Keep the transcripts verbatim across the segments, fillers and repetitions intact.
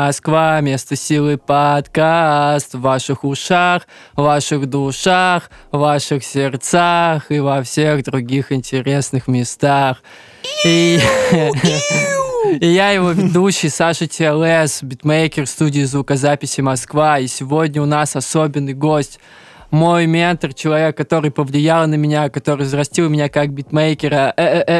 Москва, место силы подкаст в ваших ушах, в ваших душах, в ваших сердцах и во всех других интересных местах. И... И я его ведущий Саша ти эл эс, битмейкер студии звукозаписи Москва. И сегодня у нас особенный гость, мой ментор, человек, который повлиял на меня, который взрастил меня как битмейкера.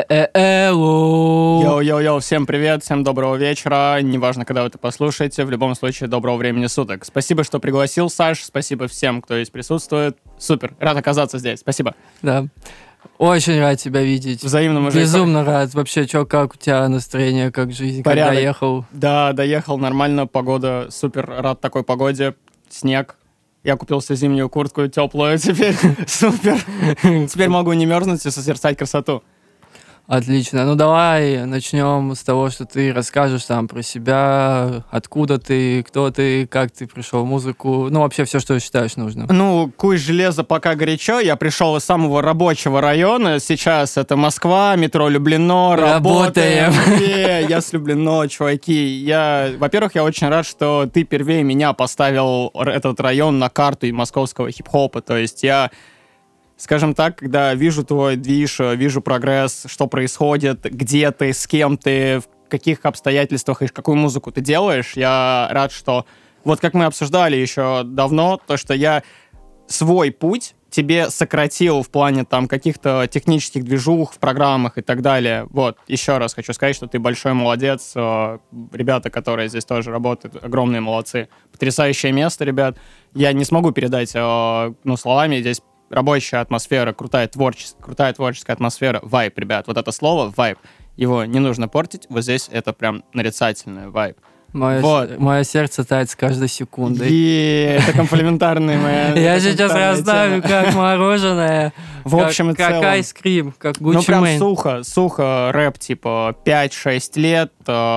Йоу-йоу-йоу, всем привет, всем доброго вечера. Неважно, когда вы это послушаете, в любом случае, доброго времени суток. Спасибо, что пригласил, Саш. Спасибо всем, кто здесь присутствует. Супер, рад оказаться здесь. Спасибо. Да. Очень рад тебя видеть. Взаимно, мужик. Безумно рад. Вообще, чё, как у тебя настроение, как жизнь, Порядок. как доехал? Да, доехал, нормально, погода, супер, рад такой погоде. Снег. Я купил себе зимнюю куртку теплую теперь. Супер. Теперь могу не мерзнуть и созерцать красоту. Отлично. Ну, давай начнем с того, что ты расскажешь там про себя, откуда ты, кто ты, как ты пришел в музыку. Ну, вообще все, что считаешь нужным. Ну, куй железо пока горячо. Я пришел из самого рабочего района. Сейчас это Москва, метро Люблино. Работаем. Работаем. Я с Люблино, чуваки. Я, во-первых, я очень рад, что ты первее меня поставил этот район на карту и московского хип-хопа. То есть я... Скажем так, когда вижу твой движ, вижу прогресс, что происходит, где ты, с кем ты, в каких обстоятельствах и какую музыку ты делаешь, я рад, что... Вот как мы обсуждали еще давно, то, что я свой путь тебе сократил в плане там каких-то технических движух в программах и так далее. Вот, еще раз хочу сказать, что ты большой молодец. Ребята, которые здесь тоже работают, огромные молодцы. Потрясающее место, ребят. Я не смогу передать, ну, словами, здесь рабочая атмосфера, крутая, творчес... крутая творческая атмосфера, вайб, ребят. Вот это слово, вайб, его не нужно портить. Вот здесь это прям нарицательное, вайб. Мое, вот. с... Мое сердце тает с каждой секундой. И это комплиментарная моя... Я сейчас расставлю как мороженое. В общем и целом. Как айскрим, как Gucci Mane. Ну прям сухо, сухо рэп, типа пять-шесть лет.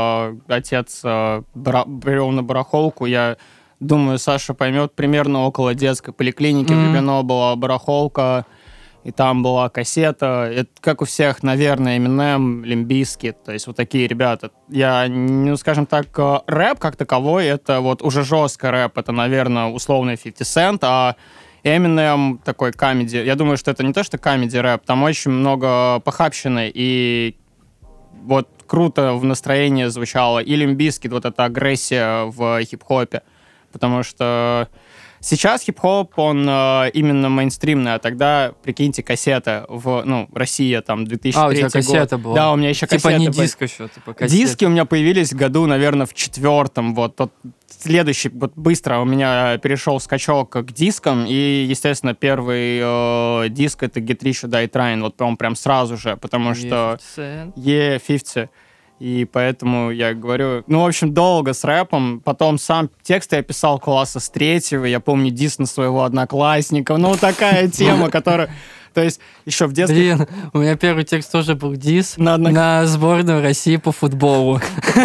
Отец брел на барахолку, я... Думаю, Саша поймет, примерно около детской поликлиники mm-hmm. в Люблино была барахолка, и там была кассета. Это, как у всех, наверное, Eminem, Limp Bizkit, то есть вот такие ребята. Я, ну, скажем так, рэп как таковой, это вот уже жестко рэп, это, наверное, условный фифти Cent, а Eminem такой камеди. Я думаю, что это не то, что камеди рэп, там очень много похабщины, и вот круто в настроении звучало. И Limp Bizkit, вот эта агрессия в хип-хопе. Потому что сейчас хип-хоп, он э, именно мейнстримный, а тогда, прикиньте, кассета в, ну, Россия, там, две тысячи третий год. А, у тебя кассета была? Да, у меня еще типа кассета не была. диск еще, типа кассета. Диски у меня появились в году, наверное, в четвертом, вот. Тот следующий, вот быстро у меня перешел скачок к дискам, и, естественно, первый э, диск — это Get Rich or Die Trying, вот прям, прям сразу же, потому что... е пятьдесят. И поэтому я говорю, ну, в общем, долго с рэпом. Потом сам текст я писал класса с третьего. Я помню дис на своего одноклассника. Ну, такая тема, которая... То есть еще в детстве... Блин, у меня первый текст тоже был дис на, однок... на сборную России по футболу.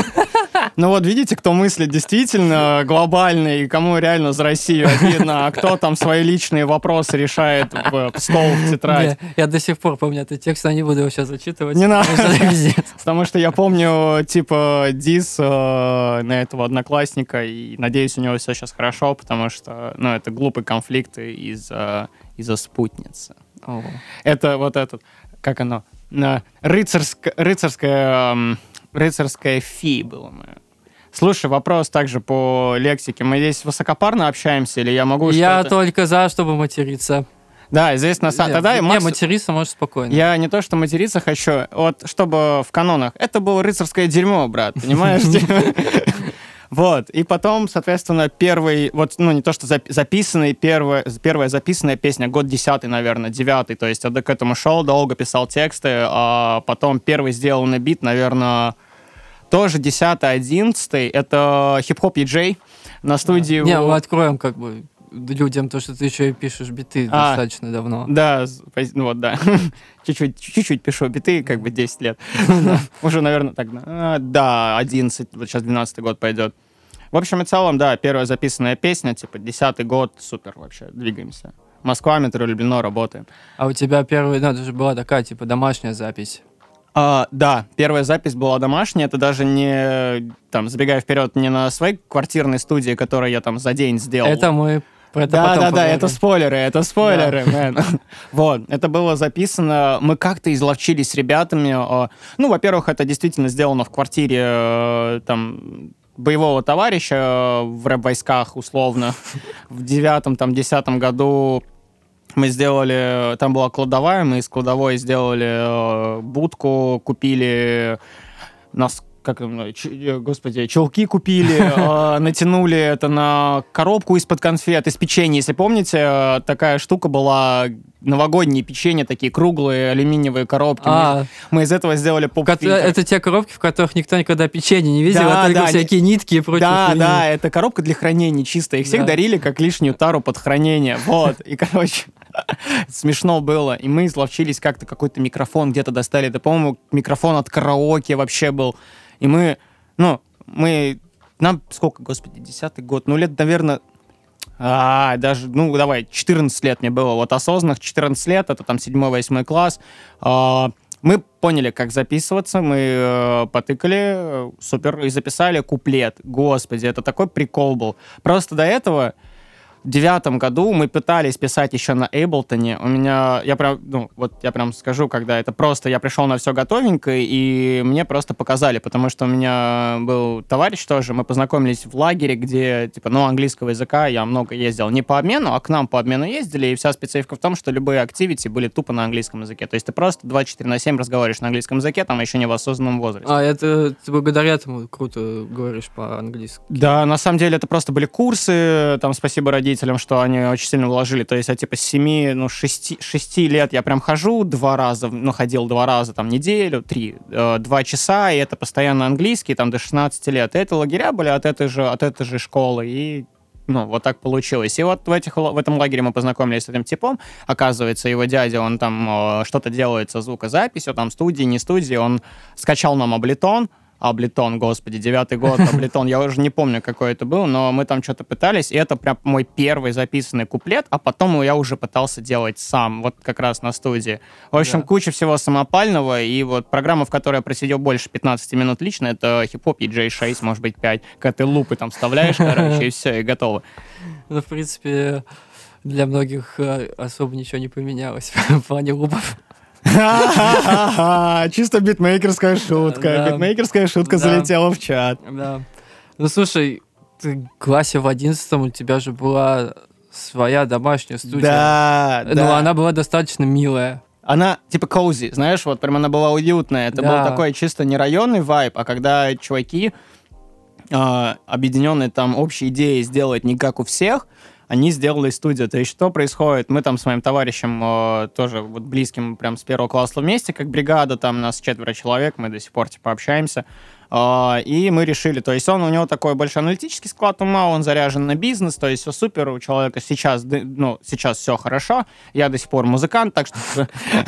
Ну вот видите, кто мыслит действительно глобально и кому реально за Россию обидно, а кто там свои личные вопросы решает в, в стол, в тетрадь. Я, я до сих пор помню этот текст, но не буду его сейчас зачитывать. Не надо. Потому что я помню, типа, дис э, на этого одноклассника, и надеюсь, у него все сейчас хорошо, потому что, ну, это глупый конфликт из-за из-за спутницы. О. Это вот этот, как оно, рыцарское, рыцарское, рыцарское фи было мое. Слушай, вопрос также по лексике. Мы здесь высокопарно общаемся, или я могу Я что-то... только за, чтобы материться. Да, здесь на самом... Тогда не, Макс... материться можешь спокойно. Я не то, что материться хочу, вот чтобы в канонах. Это было рыцарское дерьмо, брат, понимаешь? Вот, и потом, соответственно, первый, вот, ну, не то, что записанный, первая, первая записанная песня, год десятый, наверное, девятый, то есть я к этому шел, долго писал тексты, а потом первый сделанный бит, наверное, тоже десятый, одиннадцатый, это хип-хоп и-джей на студии... Да. Не, мы откроем, как бы, людям то, что ты еще и пишешь биты а, достаточно давно. Да, ну вот, да. Чуть-чуть, чуть-чуть пишу биты, как бы десять лет. Уже, наверное, так, да, одиннадцать, вот сейчас двенадцатый год пойдет. В общем и целом, да, первая записанная песня, типа, десятый год, супер вообще, двигаемся. Москва, метро Люблино, работаем. А у тебя первая, ну, это же была такая, типа, домашняя запись. А, да, первая запись была домашняя, это даже не, там, забегая вперед, не на своей квартирной студии, которую я там за день сделал. Это мы про это Да, потом да, да, поговорим. это спойлеры, это спойлеры, мэн. Вот, это было записано, мы как-то изловчились с ребятами. а, Ну, во-первых, это действительно сделано в квартире, э, там, боевого товарища э, в рэп-войсках, условно. В девятом, там, десятом году мы сделали, там была кладовая, мы из кладовой сделали э, будку, купили нас, как, им, ч- господи, чулки купили, э, натянули это на коробку из-под конфет, из печенья, если помните, э, такая штука была, новогодние печенья, такие круглые алюминиевые коробки. А. Мы, мы из этого сделали Ко- поп-фильтр. Это те коробки, в которых никто никогда печенье не видел, Да, а только да, всякие нитки и прочее. Да, да, это коробка для хранения чисто. Их всех Да. дарили как лишнюю тару под хранение. Вот. И, короче, смешно было. И мы изловчились как-то, какой-то микрофон где-то достали. Да, по-моему, микрофон от караоке вообще был. И мы, ну, мы... Нам сколько, господи, десятый год? Ну, лет, наверное... А, даже, ну, давай, четырнадцать лет мне было. Вот осознанных четырнадцать лет, это там седьмой-восьмой класс. А, мы поняли, как записываться, мы э, потыкали, э, супер, и записали куплет. Господи, это такой прикол был. Просто до этого в девятом году мы пытались писать еще на Эйблтоне. У меня, я прям, ну, вот я прям скажу, когда это просто, я пришел на все готовенько, и мне просто показали, потому что у меня был товарищ тоже, мы познакомились в лагере, где, типа, ну, английского языка я много ездил. Не по обмену, а к нам по обмену ездили, и вся специфика в том, что любые активити были тупо на английском языке. То есть ты просто двадцать четыре на семь разговариваешь на английском языке, там еще не в осознанном возрасте. А это ты благодаря этому круто говоришь по-английски. Да, на самом деле это просто были курсы, там спасибо родителям, что они очень сильно вложили, то есть я типа с семи, ну, шести, шести лет я прям хожу два раза, ну, ходил два раза, там, неделю, три, э, два часа, и это постоянно английский, там, до шестнадцати лет. И это лагеря были от этой же, от этой же школы, и ну, вот так получилось. И вот в, этих, в этом лагере мы познакомились с этим типом. Оказывается, его дядя, он там э, что-то делает со звукозаписью, там, студии, не студии. Он скачал нам Ableton. Ableton, господи, девятый год, Ableton. Я уже не помню, какой это был, но мы там что-то пытались. И это прям мой первый записанный куплет, а потом я уже пытался делать сам, вот как раз на студии. В общем, Да. куча всего самопального. И вот программа, в которой я просидел больше пятнадцати минут лично, это хип-хоп и джей шесть, может быть, пять. Когда ты лупы там вставляешь, короче, и все, и готово. Ну, в принципе, для многих э, особо ничего не поменялось в плане лупов. Ха-ха-ха, чисто битмейкерская шутка. Да. Битмейкерская шутка Да. залетела в чат. Да. Ну, слушай, ты в классе в одиннадцатом у тебя же была своя домашняя студия. Да, Ну, да. она была достаточно милая. Она типа коузи, знаешь, вот прям она была уютная. Это Да. был такой чисто не районный вайб, а когда чуваки, э, объединенные там общей идеей сделать не как у всех, они сделали студию. То есть что происходит? Мы там с моим товарищем, э, тоже вот близким, прям с первого класса вместе, как бригада, там нас четверо человек, мы до сих пор типа общаемся. Э, и мы решили, то есть он, у него такой большой аналитический склад ума, он заряжен на бизнес, то есть все супер, у человека сейчас, ды- ну, сейчас все хорошо, я до сих пор музыкант, так что...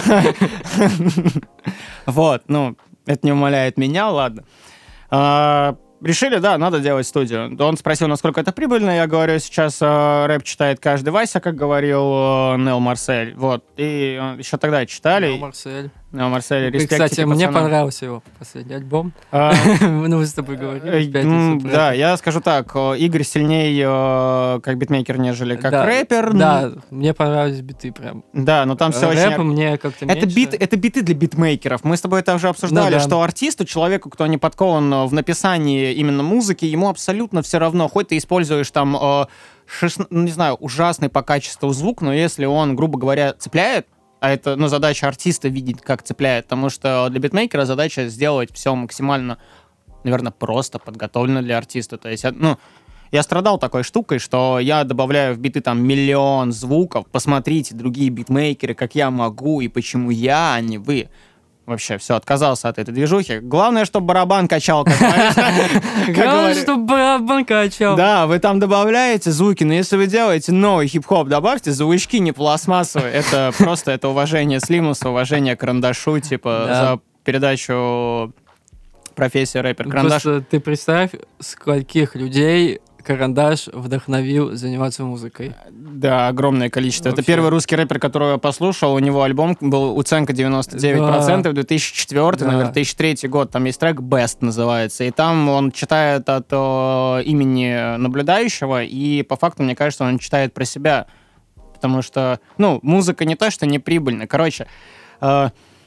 Вот, ну, это не умаляет меня, ладно. А, Решили, да, надо делать студию. Он спросил, насколько это прибыльно. Я говорю, сейчас э, рэп читает каждый Вася, как говорил э, Нел Марсель. Вот. И э, еще тогда читали. Ну, Марсель. Нел Марсель, И, респектики кстати, мне пацанам. понравился его последний альбом. А, Ну, мы с тобой э, говорили в м, пятницу. про Да, это. я скажу так, э, Игорь сильнее э, как битмейкер, нежели как Да, рэпер. Да, мне понравились биты прям. Да, но там все Рэп очень... мне как-то Это, меньше. бит, это биты для битмейкеров. Мы с тобой это уже обсуждали, Ну да. что артисту, человеку, кто не подкован в написании именно музыки, ему абсолютно все равно. Хоть ты используешь там, э, шест- ну, не знаю, ужасный по качеству звук, но если он, грубо говоря, цепляет, а это, ну, задача артиста видеть, как цепляет, потому что для битмейкера задача сделать все максимально, наверное, просто подготовлено для артиста. То есть, ну, я страдал такой штукой, что я добавляю в биты там миллион звуков, посмотрите, другие битмейкеры, как я могу и почему я, а не вы. Вообще, все, отказался от этой движухи. Главное, чтобы барабан качал, как говорится. Как Главное, говорит- чтобы барабан качал. Да, вы там добавляете звуки, но если вы делаете новый хип-хоп, добавьте звучки не пластмассовые. Это просто это уважение Слимуса, уважение Карандашу, типа, Да. за передачу профессия рэпер. Карандаш. Просто ты представь, скольких людей Карандаш вдохновил заниматься музыкой. Да, огромное количество. Вообще. Это первый русский рэпер, которого я послушал. У него альбом был «Уценка девяносто девять процентов», Да. две тысячи четвёртый, Да. наверное, две тысячи третий год. Там есть трек «Best» называется. И там он читает от э, имени наблюдающего, и по факту, мне кажется, он читает про себя. Потому что, ну, музыка не то, что не прибыльна. Короче, э,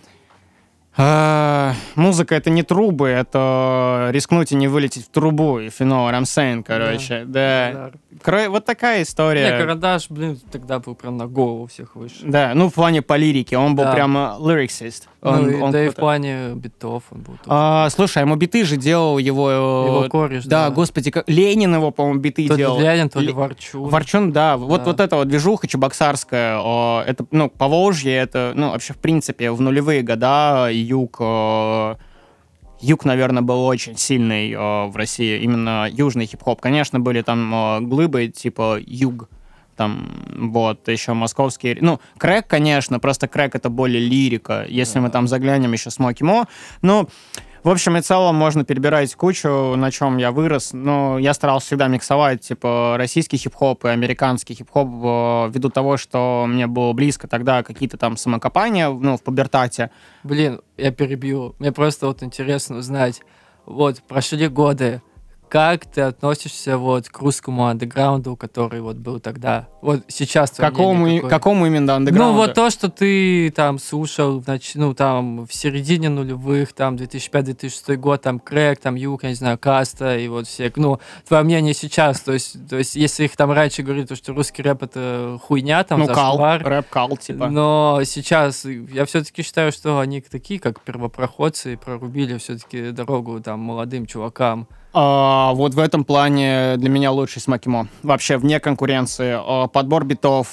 э, музыка — это не трубы, это рискнуть и не вылететь в трубу, if you know what I'm saying, короче. Да. Да. Кро- Вот такая история. Не, Карандаш, блин, тогда был прям на голову всех выше. Да, ну в плане по лирике, он был Да. прямо lyricist. Ну, Он, и- он да и в круто. плане битов он был тоже. А, слушай, а ему биты же делал его... э, Его кореш, Да, да. господи, как... Ленин его, по-моему, биты То ли делал. Лянин, то ли Ле- Ворчун. Ворчун, да. Вот, Да. вот эта вот движуха чебоксарская, о, это, ну, Поволжье, это, ну, вообще, в принципе, в нулевые года юг... э, Юг, наверное, был очень сильный э, в России, именно южный хип-хоп. Конечно, были там э, глыбы, типа юг, там, вот, еще московские... Ну, крэк, конечно, просто крэк — это более лирика, если мы там заглянем еще Смоки Мо. Ну, в общем и целом, можно перебирать кучу, на чем я вырос. Но я старался всегда миксовать, типа, российский хип-хоп и американский хип-хоп э, ввиду того, что мне было близко тогда какие-то там самокопания, ну, в пубертате. Блин, я перебью. Мне просто вот интересно узнать. Вот, прошли годы. Как ты относишься вот к русскому андеграунду, который вот был тогда? Вот сейчас твоё Какому, мнение и- какое? какому именно андеграунду? Ну, вот то, что ты там слушал, в нач- ну, там, в середине нулевых, там, две тысячи пятый - две тысячи шестой год, там, Крэк, там, Юг, я не знаю, Каста, и вот все, ну, твое мнение сейчас, то есть, то есть, если их там раньше говорили, то, что русский рэп — это хуйня, там, Ну, кал, зашквар, рэп-кал, типа. но сейчас я все-таки считаю, что они такие, как первопроходцы, и прорубили все-таки дорогу там молодым чувакам. А, вот в этом плане для меня лучший Смоки Мо. Вообще вне конкуренции. А, подбор битов,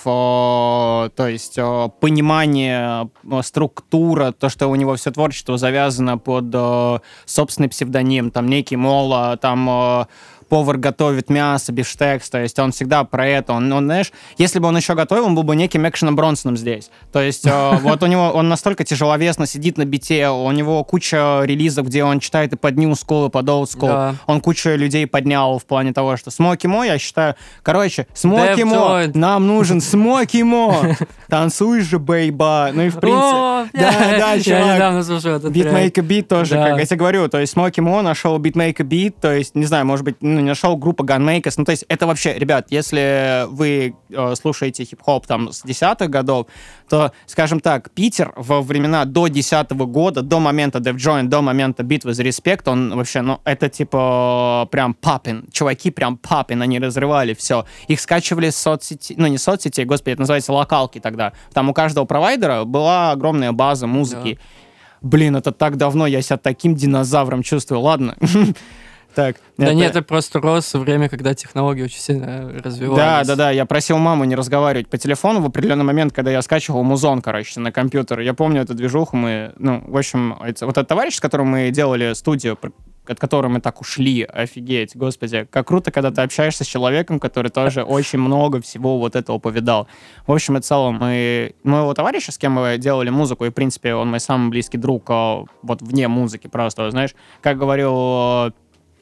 а, то есть а, понимание, а, структура, то, что у него все творчество завязано под а, собственный псевдоним, там некий Мола, там а, повар готовит мясо, бифштекс, то есть он всегда про это. Он, он, знаешь, если бы он еще готовил, он был бы неким Экшеном Бронсоном здесь. То есть э, вот у него, он настолько тяжеловесно сидит на бите, у него куча релизов, где он читает и под New School, и под Old School. Да. Он кучу людей поднял в плане того, что Смоки Мо, я считаю, короче, Смоки Def Мо, Joint. нам нужен Смоки Мо. Танцуй же, бейба. Ну и в принципе... О, Да, да, я чувак. недавно слушал этот трек. Beatmaker Beat тоже, Да. как я тебе говорю, то есть Смоки Мо нашел Beatmaker Beat, то есть, не знаю, может быть, ну, не нашел группа Gunmakers, ну, то есть, это вообще, ребят, если вы э, слушаете хип-хоп там с десятых годов, то, скажем так, Питер во времена до десятого года, до момента Def Joint, до момента битвы за респект, он вообще, ну, это типа прям папин, чуваки прям папин, они разрывали все. Их скачивали с соцсетей, ну, не соцсетей, господи, это называется локалки тогда. Там у каждого провайдера была огромная база музыки. Блин, это так давно, я себя таким динозавром чувствую. Ладно. Так. Да это- нет, это просто рос время, когда технологии очень сильно развивались. Да, да, да, я просил маму не разговаривать по телефону в определенный момент, когда я скачивал музон, короче, на компьютер. Я помню эту движуху, мы, ну, в общем, это- вот этот товарищ, с которым мы делали студию, пр- от которой мы так ушли, офигеть, господи, как круто, когда ты общаешься с человеком, который тоже очень много всего вот этого повидал. В общем и целом, мы, моего товарища, с кем мы делали музыку, и, в принципе, он мой самый близкий друг, а, вот вне музыки просто, знаешь, как говорил а,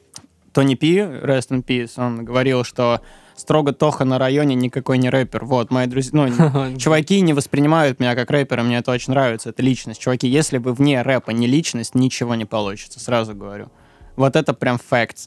Тони Пи, rest in peace, он говорил, что строго Тоха на районе никакой не рэпер. Вот, мои друзья, ну, чуваки не воспринимают меня как рэпера, мне это очень нравится, это личность. Чуваки, если вы вне рэпа не личность, ничего не получится, сразу говорю. Вот это прям facts.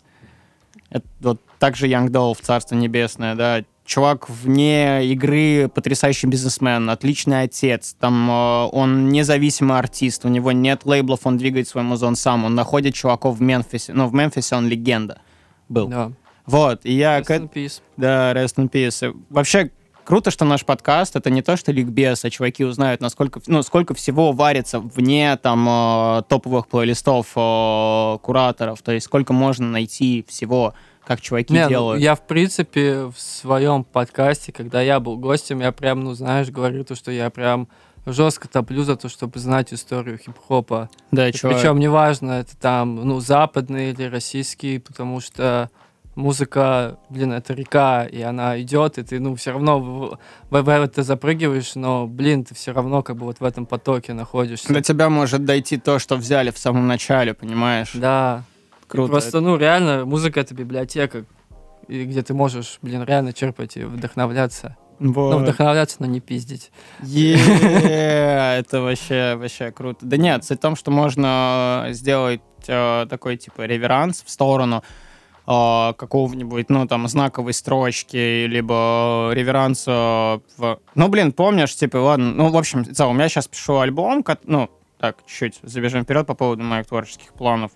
Это вот так же Young Dolph, Царство Небесное, да, чувак вне игры потрясающий бизнесмен, отличный отец, там э, он независимый артист, у него нет лейблов, он двигает свой музон сам, он находит чуваков в Мемфисе, ну, в Мемфисе он легенда был. Да. Вот, и я... Rest к- in peace. Да, rest in peace. Вообще, круто, что наш подкаст — это не то, что ликбез, а чуваки узнают, насколько, ну, сколько всего варится вне там э, топовых плейлистов э, кураторов, то есть сколько можно найти всего, как чуваки Не, ну, делают. я, в принципе, в своем подкасте, когда я был гостем, я прям, ну, знаешь, говорю то, что я прям жестко топлю за то, чтобы знать историю хип-хопа. Да, чувак. Причем неважно, это там, ну, западный или российский, потому что музыка, блин, это река, и она идет, и ты, ну, все равно в, в, в это запрыгиваешь, но, блин, ты все равно как бы вот в этом потоке находишься. До тебя может дойти то, что взяли в самом начале, понимаешь? Да. Круто. Просто, ну, реально, музыка — это библиотека. и где ты можешь, блин, реально черпать и вдохновляться. Вот. Ну, вдохновляться, но не пиздить. Е-е-е, это вообще, вообще круто. Да нет, суть в том, что можно сделать э, такой, типа, реверанс в сторону э, какого-нибудь, ну, там, знаковой строчки, либо реверанс э, в... Ну, блин, помнишь, типа, ладно, ну, в общем, в целом, я сейчас пишу альбом, ко- ну, так, чуть-чуть забежим вперед по поводу моих творческих планов.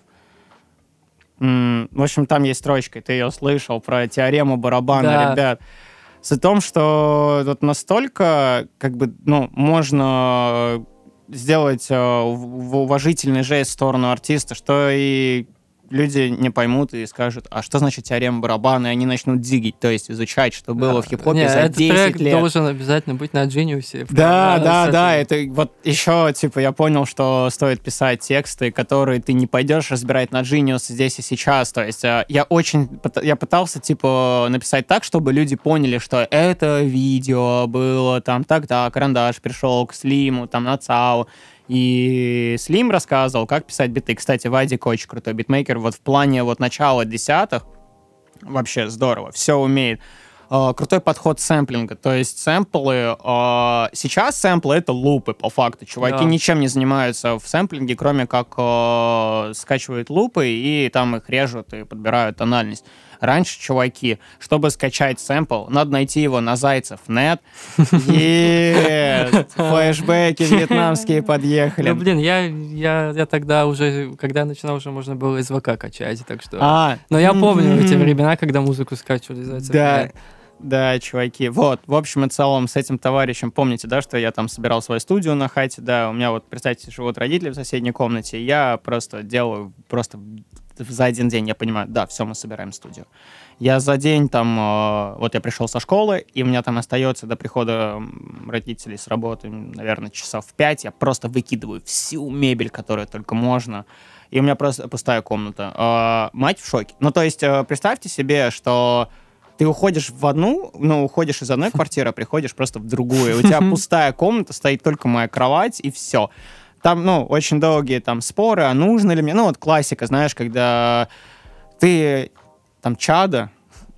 М, В общем, там есть строчка, ты ее слышал, про теорему барабана, Да. ребят. Суть в том, что вот настолько, как бы, ну, можно сделать э, в- в уважительный жест в сторону артиста, что и люди не поймут и скажут, а что значит теорема барабана, и они начнут дигить, то есть изучать, что было в хип-хопе Не, за этот десять трек лет. должен обязательно быть на Genius. Да, Прям, да, с да, этой- это вот еще, типа, я понял, что стоит писать тексты, которые ты не пойдешь разбирать на Genius здесь и сейчас, то есть э, я очень, пыт- я пытался, типа, написать так, чтобы люди поняли, что это видео было там тогда, Карандаш пришел к Слиму, там, на ЦАУ, и Слим рассказывал, как писать биты. Кстати, Вадик очень крутой битмейкер, вот в плане вот начала десятых, вообще здорово, все умеет. Э, крутой подход сэмплинга, то есть сэмплы, э, сейчас сэмплы — это лупы, по факту. Чуваки Да. ничем не занимаются в сэмплинге, кроме как э, скачивают лупы и там их режут и подбирают тональность. Раньше чуваки, чтобы скачать сэмпл, надо найти его на Зайцев точка нет. Есть! Флэшбэки вьетнамские подъехали. Ну, блин, я, я, я тогда уже, когда я начинал, уже можно было из ВК качать, так что... А, Но я помню эти м-м. времена, когда музыку скачивали из Зайцев. Да, Нет. да, чуваки. Вот, в общем и целом, с этим товарищем, помните, да, что я там собирал свою студию на хате, да, у меня вот, представьте, живут родители в соседней комнате, и я просто делаю, просто за один день, я понимаю, да, все, мы собираем студию. Я за день там, э, вот я пришел со школы, и у меня там остается до прихода м, родителей с работы, наверное, часов в пять, я просто выкидываю всю мебель, которую только можно, и у меня просто пустая комната. Э, мать в шоке. Ну, то есть, э, представьте себе, что ты уходишь в одну, ну, уходишь из одной квартиры, а приходишь просто в другую. У тебя пустая комната, стоит только моя кровать, и все. Там, ну, очень долгие там споры, а нужно ли мне... Ну, вот классика, знаешь, когда ты там чада,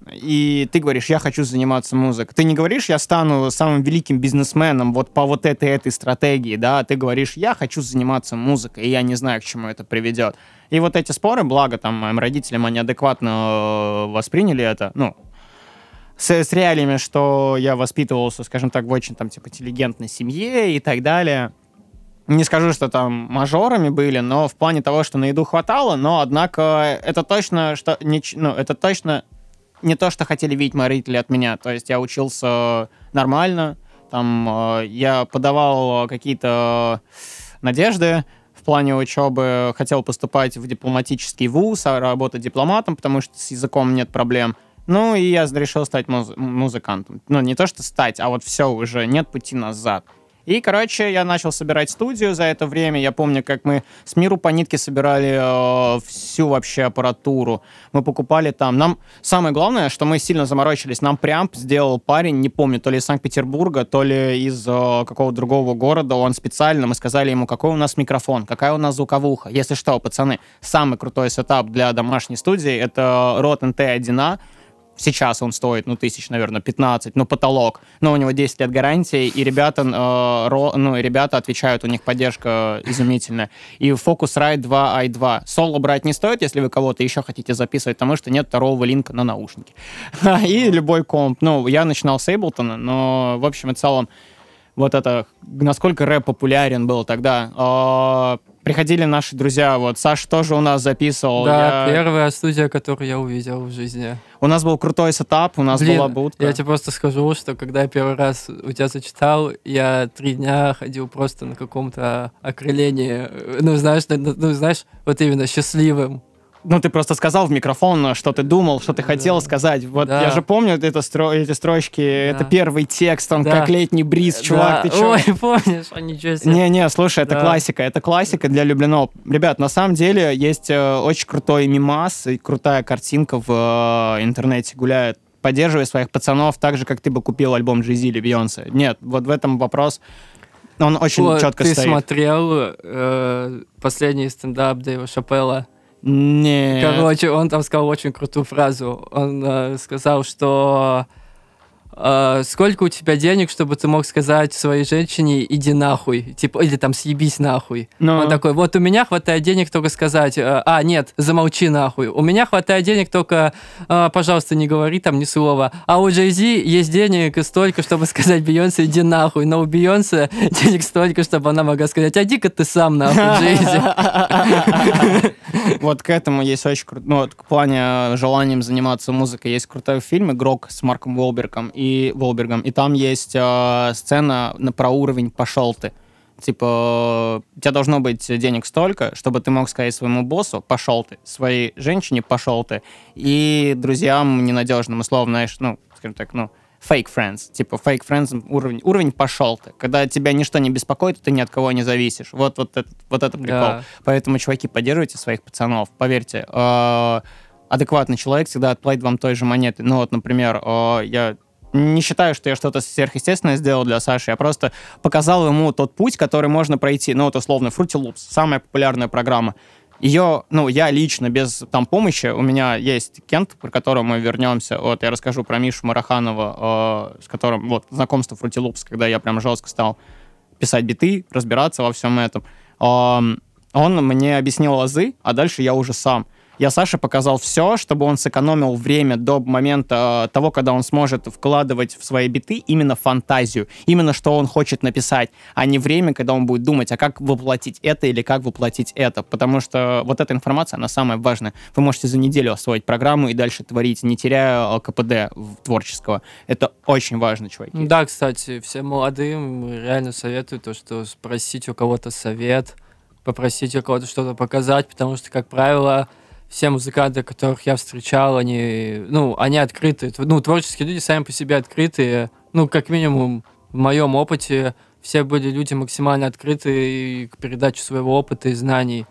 и ты говоришь, я хочу заниматься музыкой. Ты не говоришь, я стану самым великим бизнесменом вот по вот этой этой стратегии, да, ты говоришь, я хочу заниматься музыкой, и я не знаю, к чему это приведет. И вот эти споры, благо там моим родителям, они адекватно э, восприняли это, ну, с, с реалиями, что я воспитывался, скажем так, в очень там типа интеллигентной семье и так далее. Не скажу, что там мажорами были, но в плане того, что на еду хватало, но, однако, это точно, что, не, ч- ну, это точно не то, что хотели видеть мои родители от меня. То есть я учился нормально, там, э, я подавал какие-то надежды в плане учебы, хотел поступать в дипломатический вуз, а работать дипломатом, потому что с языком нет проблем. Ну, и я решил стать муз- музыкантом. Ну, не то, что стать, а вот все, уже нет пути назад. И, короче, я начал собирать студию за это время. Я помню, как мы с миру по нитке собирали э, всю вообще аппаратуру. Мы покупали там. Нам самое главное, что мы сильно заморочились. Нам преамп сделал парень, не помню, то ли из Санкт-Петербурга, то ли из э, какого-то другого города. Он специально, мы сказали ему, какой у нас микрофон, какая у нас звуковуха. Если что, пацаны, самый крутой сетап для домашней студии — это Rode эн ти один а. Сейчас он стоит, ну, тысяч, наверное, пятнадцать, ну, потолок. Но у него десять лет гарантии, и ребята, э, ро, ну, и ребята отвечают, у них поддержка изумительная. И Focusrite два ай два. Соло брать не стоит, если вы кого-то еще хотите записывать, потому что нет второго линка на наушники. И любой комп. Ну, я начинал с Ableton, но, в общем и целом, вот это, насколько рэп популярен был тогда. Э, приходили наши друзья, вот Саша тоже у нас записывал. Да, я... первая студия, которую я увидел в жизни. У нас был крутой сетап, у нас Блин, была будка. я тебе просто скажу, что когда я первый раз у тебя зачитал, я три дня ходил просто на каком-то окрылении, ну, знаешь, ну, ну, знаешь, вот именно счастливым. Ну, ты просто сказал в микрофон, что ты думал, что ты хотел Да. сказать. Вот Да. я же помню это стро- эти строчки, это первый текст, он Да. как летний бриз, чувак, Да. ты чё? Ой, помнишь, а ничего себе. Не-не, слушай, это Да. классика, это классика для Люблино. Ребят, на самом деле есть э, очень крутой мимас и крутая картинка в э, интернете гуляет. Поддерживай своих пацанов так же, как ты бы купил альбом Jay-Z или Бейонсе. Нет, вот в этом вопрос, он очень Вот, четко ты стоит. смотрел э, последний стендап Дэйва Шапелла, Нет. Короче, он там сказал очень крутую фразу. Он э, сказал, что э, сколько у тебя денег, чтобы ты мог сказать своей женщине «иди нахуй», типа, или там «съебись нахуй». Но... Он такой, вот у меня хватает денег только сказать, э, а, нет, замолчи нахуй. У меня хватает денег только, э, пожалуйста, не говори там ни слова. А у Джей-Зи есть денег столько, чтобы сказать Бейонсе «иди нахуй». Но у Бейонсе денег столько, чтобы она могла сказать «а иди-ка ты сам нахуй, Джей-Зи». Вот к этому есть очень круто, ну, вот к плане желанием заниматься музыкой есть крутой фильм «Игрок» с Марком Уолбергом и Уолбергом, и там есть э, сцена на, про уровень «пошел ты». Типа, у тебя должно быть денег столько, чтобы ты мог сказать своему боссу «пошел ты», своей женщине «пошел ты», и друзьям ненадежным, условно, знаешь, ну, скажем так, ну, fake friends, типа fake friends уровень, уровень пошел ты. Когда тебя ничто не беспокоит, ты ни от кого не зависишь. Вот, вот, это, вот это прикол. Да. Поэтому, чуваки, поддерживайте своих пацанов. Поверьте, э, адекватный человек всегда отплатит вам той же монеты. Ну вот, например, э, я не считаю, что я что-то сверхъестественное сделал для Саши, я просто показал ему тот путь, который можно пройти. Ну вот, условно, Fruity Loops, самая популярная программа. Ее, ну, я лично, без там помощи, у меня есть Кент, про которого мы вернемся, вот, я расскажу про Мишу Мараханова, э, с которым, вот, знакомство Fruity Loops, когда я прям жестко стал писать биты, разбираться во всем этом. Э, он мне объяснил азы, а дальше я уже сам. Я Саше показал все, чтобы он сэкономил время до момента того, когда он сможет вкладывать в свои биты именно фантазию, именно что он хочет написать, а не время, когда он будет думать, а как воплотить это или как воплотить это, потому что вот эта информация, она самая важная. Вы можете за неделю освоить программу и дальше творить, не теряя КПД творческого. Это очень важно, чуваки. Да, кстати, всем молодым реально советую то, что спросить у кого-то совет, попросить у кого-то что-то показать, потому что, как правило, все музыканты, которых я встречал, они, ну, они открыты. Ну, творческие люди сами по себе открытые. Ну, как минимум, в моем опыте все были люди максимально открыты к передаче своего опыта и знаний.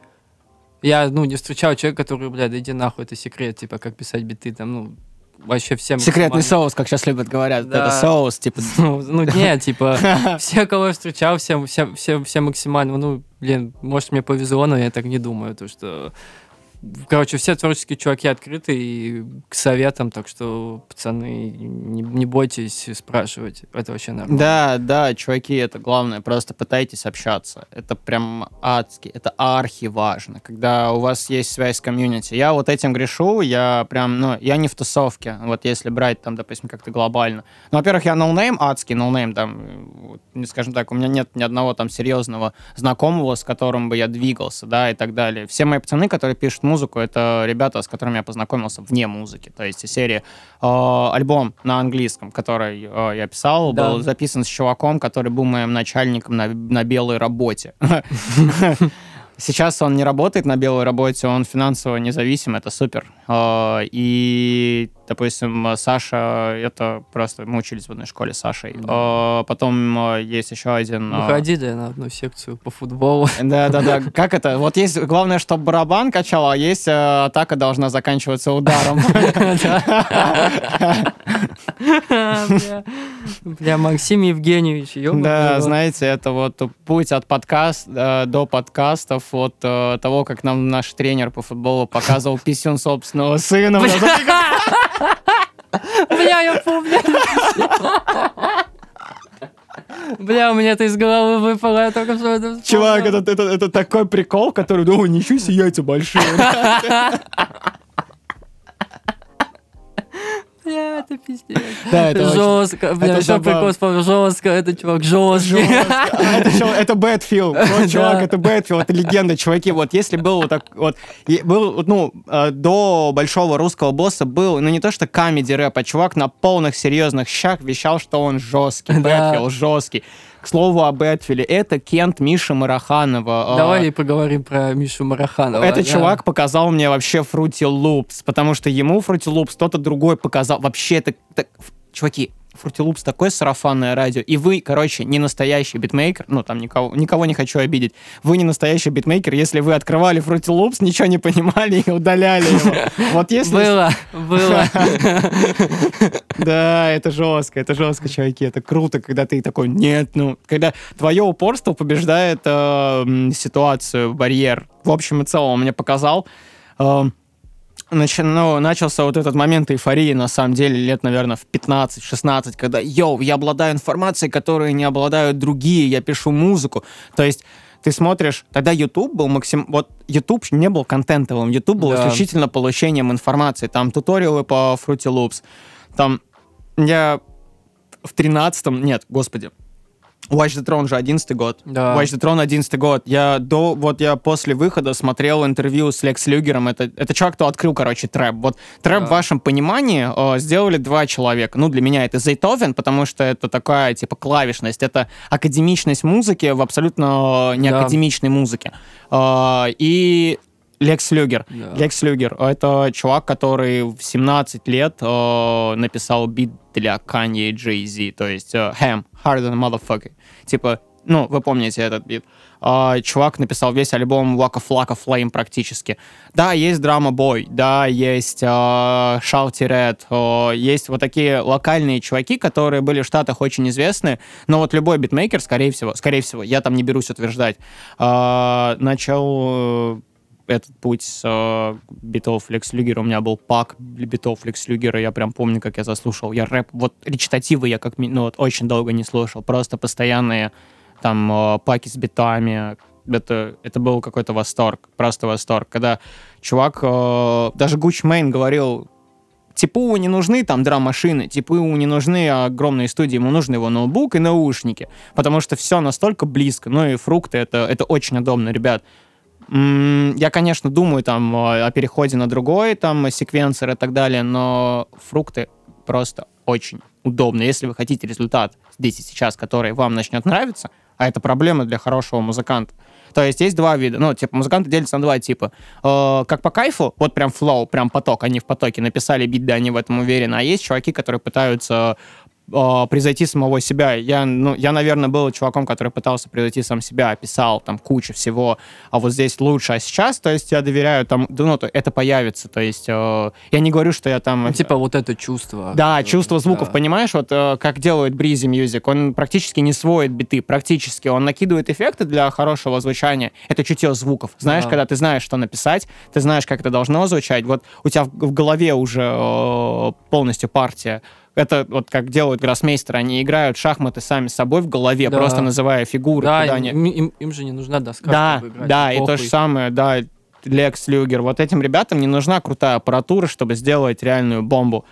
Я, ну, не встречал человека, который, блядь, да иди нахуй, это секрет, типа, как писать биты, там, ну, вообще все секретный соус, как сейчас любят говорят. Да. Это соус, типа... Ну, ну нет, типа, все, кого я встречал, все, все, все, все максимально, ну, блин, может, мне повезло, но я так не думаю, то, что... Короче, все творческие чуваки открыты и к советам, так что, пацаны, не, не бойтесь спрашивать, это вообще нормально. Да, да, чуваки, это главное, просто пытайтесь общаться, это прям адски, это архи важно, когда у вас есть связь с комьюнити. Я вот этим грешу, я прям, ну, я не в тусовке, вот если брать там, допустим, как-то глобально. Ну, во-первых, я ноунейм адский, ноунейм, там, скажем так, у меня нет ни одного там серьезного знакомого, с которым бы я двигался, да, и так далее. Все мои пацаны, которые пишут музыку, это ребята, с которыми я познакомился вне музыки. То есть из серии э, альбом на английском, который э, я писал, да. был записан с чуваком, который был моим начальником на, на белой работе. Сейчас он не работает на белой работе, он финансово независим, это супер. И, допустим, Саша, это просто мы учились в одной школе с Сашей. Да. Потом есть еще один... Мы ходили на одну секцию по футболу. Да-да-да, как это? Вот есть, главное, чтобы барабан качал, а есть атака должна заканчиваться ударом. Бля, Максим Евгеньевич, ёбаный. Да, знаете, это вот путь от подкаста до подкастов, от того, как нам наш тренер по футболу показывал писюн собственного сына. Бля, я помню. Бля, у меня это из головы выпало, я только что это вспомнил. Чувак, это, это, это такой прикол, который, ну, ничего себе, яйца большие. Бля, это пиздец. Да, это жестко. Очень... Бля, еще прикол вспомнил. Жестко, это чувак жесткий. А это, чувак, это Бэтфилд. Вот, чувак, да. это Бэтфилд, это легенда, чуваки. Вот если был вот так вот, был, ну, до большого русского босса был, ну, не то что камеди рэп, а чувак на полных серьезных щах вещал, что он жесткий. Да. Бэтфилд жесткий. К слову о Бэтфиле, это Кент Миши Мараханова. Давай а... поговорим про Мишу Мараханова. Этот да. чувак показал мне вообще Fruity Loops, потому что ему Fruity Loops кто-то другой показал. Вообще, это... Так... Чуваки, Fruity Loops такое сарафанное радио, и вы, короче, не настоящий битмейкер, ну, там никого, никого не хочу обидеть, вы не настоящий битмейкер, если вы открывали Fruity Loops, ничего не понимали и удаляли его. Вот если... Было, было. Да, это жестко, это жестко, чуваки, это круто, когда ты такой, нет, ну, когда твое упорство побеждает э, ситуацию, барьер. В общем и целом, он мне показал, Э, Нач... Ну, начался вот этот момент эйфории, на самом деле, лет, наверное, в пятнадцать-шестнадцать, когда, йоу, я обладаю информацией, которой не обладают другие, я пишу музыку. То есть ты смотришь, тогда YouTube был максим... Вот YouTube не был контентовым, YouTube был да. исключительно получением информации. Там туториалы по Fruity Loops. Там я в тринадцатом... Нет, господи. Watch the Throne же одиннадцатый год. Да. Watch the Throne одиннадцатый год. Я до, вот я после выхода смотрел интервью с Лекс Люгером. Это, это чувак, кто открыл, короче, трэп. Вот трэп да. в вашем понимании э, сделали два человека. Ну, для меня это Зейтовен, потому что это такая, типа, клавишность. Это академичность музыки в абсолютно неакадемичной да. музыке. Э, и Лекс Люгер. Yeah. Лекс Люгер. Это чувак, который в семнадцать лет э, написал бит для Kanye и Jay-Z. То есть э, Ham, Harder than Motherfucker. Типа, ну, вы помните этот бит. Э, чувак написал весь альбом Waka Flocka Flame практически. Да, есть Drama Boy, да, есть э, Shouty Red, э, есть вот такие локальные чуваки, которые были в Штатах очень известны, но вот любой битмейкер, скорее всего, скорее всего, я там не берусь утверждать, э, начал... Э, этот путь с э, битов Лекс Люгера. У меня был пак битов Лекс Люгера, я прям помню, как я заслушал. Я рэп, вот речитативы я как ну, вот, очень долго не слушал, просто постоянные там э, паки с битами. Это, это был какой-то восторг, просто восторг. Когда чувак, э, даже Гуч Мэйн говорил, типу не нужны там драм-машины, типу не нужны огромные студии, ему нужен его ноутбук и наушники, потому что все настолько близко. Ну и фрукты, это, это очень удобно, ребят. Я, конечно, думаю там о переходе на другой там секвенсор и так далее, но фрукты просто очень удобны. Если вы хотите результат здесь и сейчас, который вам начнет нравиться, а это проблема для хорошего музыканта. То есть есть два вида. Ну, типа, музыканты делятся на два типа. Э, как по кайфу, вот прям флоу, прям поток, они в потоке написали бит, да, они в этом уверены. А есть чуваки, которые пытаются превзойти самого себя. Я, ну, я, наверное, был чуваком, который пытался превзойти сам себя, описал там кучу всего, а вот здесь лучше, а сейчас, то есть я доверяю, там, ну, это появится, то есть э, я не говорю, что я там... Ну, типа вот это чувство. Да, чувство звуков, да. Понимаешь, вот э, как делает Breezy Music, он практически не сводит биты, практически, он накидывает эффекты для хорошего звучания, это чутье звуков, знаешь, да. Когда ты знаешь, что написать, ты знаешь, как это должно звучать, вот у тебя в, в голове уже э, полностью партия. Это вот как делают гроссмейстеры, они играют в шахматы сами с собой в голове, да. Просто называя фигуры. Да, им, они... им, им же не нужна доска, да, чтобы играть. Да, и то же самое, да, Лекс Люгер. Вот этим ребятам не нужна крутая аппаратура, чтобы сделать реальную бомбу.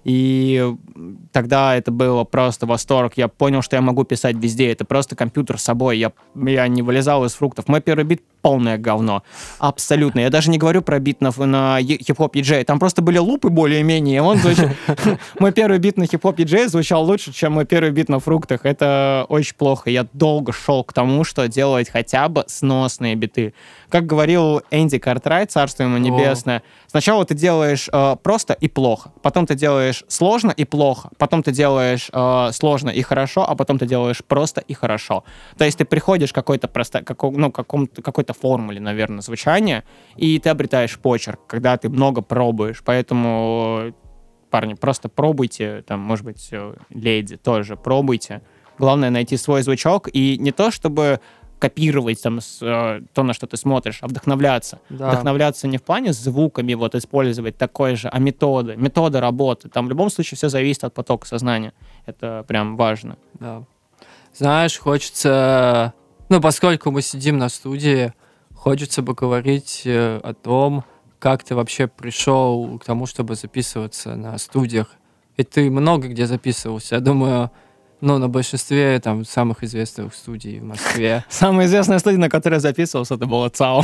И тогда это было просто восторг. Я понял, что я могу писать везде. Это просто компьютер с собой. Я, я не вылезал из фруктов. Мой первый бит — полное говно. Абсолютно. Я даже не говорю про бит на, на хип-хоп и джей. Там просто были лупы более-менее. Он звучал... Мой первый бит на хип-хоп и джей звучал лучше, чем мой первый бит на фруктах. Это очень плохо. Я долго шел к тому, что делать хотя бы сносные биты. Как говорил Энди Картрайт, царство ему небесное, сначала ты делаешь э, просто и плохо. Потом ты делаешь сложно и плохо. Потом ты делаешь э, сложно и хорошо, а потом ты делаешь просто и хорошо. То есть ты приходишь к какой-то просто, как, ну, каком-то, какой-то формуле, наверное, звучания, и ты обретаешь почерк, когда ты много пробуешь. Поэтому, парни, просто пробуйте, там, может быть, леди тоже пробуйте. Главное найти свой звучок, и не то, чтобы копировать там с, э, то, на что ты смотришь, а вдохновляться. Да. Вдохновляться не в плане звуками, вот использовать такой же, а методы, методы работы. Там в любом случае все зависит от потока сознания. Это прям важно. Да. Знаешь, хочется, ну, поскольку мы сидим на студии, хочется поговорить э, о том, как ты вообще пришел к тому, чтобы записываться на студиях. Ведь ты много где записывался. Я думаю, ну, на большинстве там самых известных студий в Москве. Самая известная студия, на которой я записывался, это была ЦАО.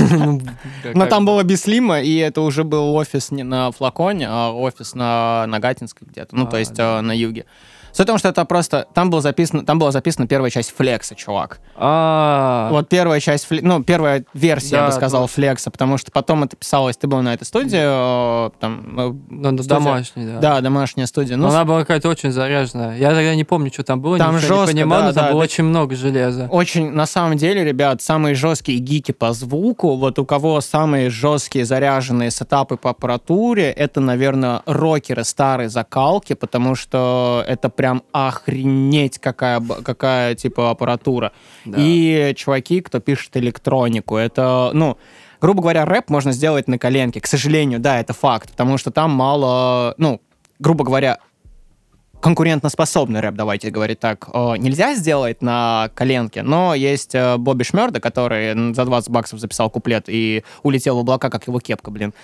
Но там было без Слима, и это уже был офис не на Флаконе, а офис на Нагатинской где-то, ну, то есть на юге. Суть в том, что это просто... Там, был записан, там была записана первая часть Флекса, чувак. А-а-а. Вот первая часть... Ну, первая версия, да, я бы сказал, да. Флекса, потому что потом это писалось... Ты был на этой студии, там... Ну, домашняя, да. Да, домашняя студия. Ну, она была какая-то очень заряженная. Я тогда не помню, что там было, там ничего жестко, не понимал, да, но там да, было да. очень много железа. Очень, на самом деле, ребят, самые жесткие гики по звуку, вот у кого самые жесткие заряженные сетапы по аппаратуре, это, наверное, рокеры старой закалки, потому что это прям охренеть. Охренеть, какая, какая, типа, аппаратура. Да. И чуваки, кто пишет электронику, это, ну, грубо говоря, рэп можно сделать на коленке. К сожалению, да, это факт, потому что там мало, ну, грубо говоря, конкурентоспособный рэп, давайте говорить так, нельзя сделать на коленке, но есть Бобби Шмёрда, который за двадцать баксов записал куплет и улетел в облака, как его кепка, блин.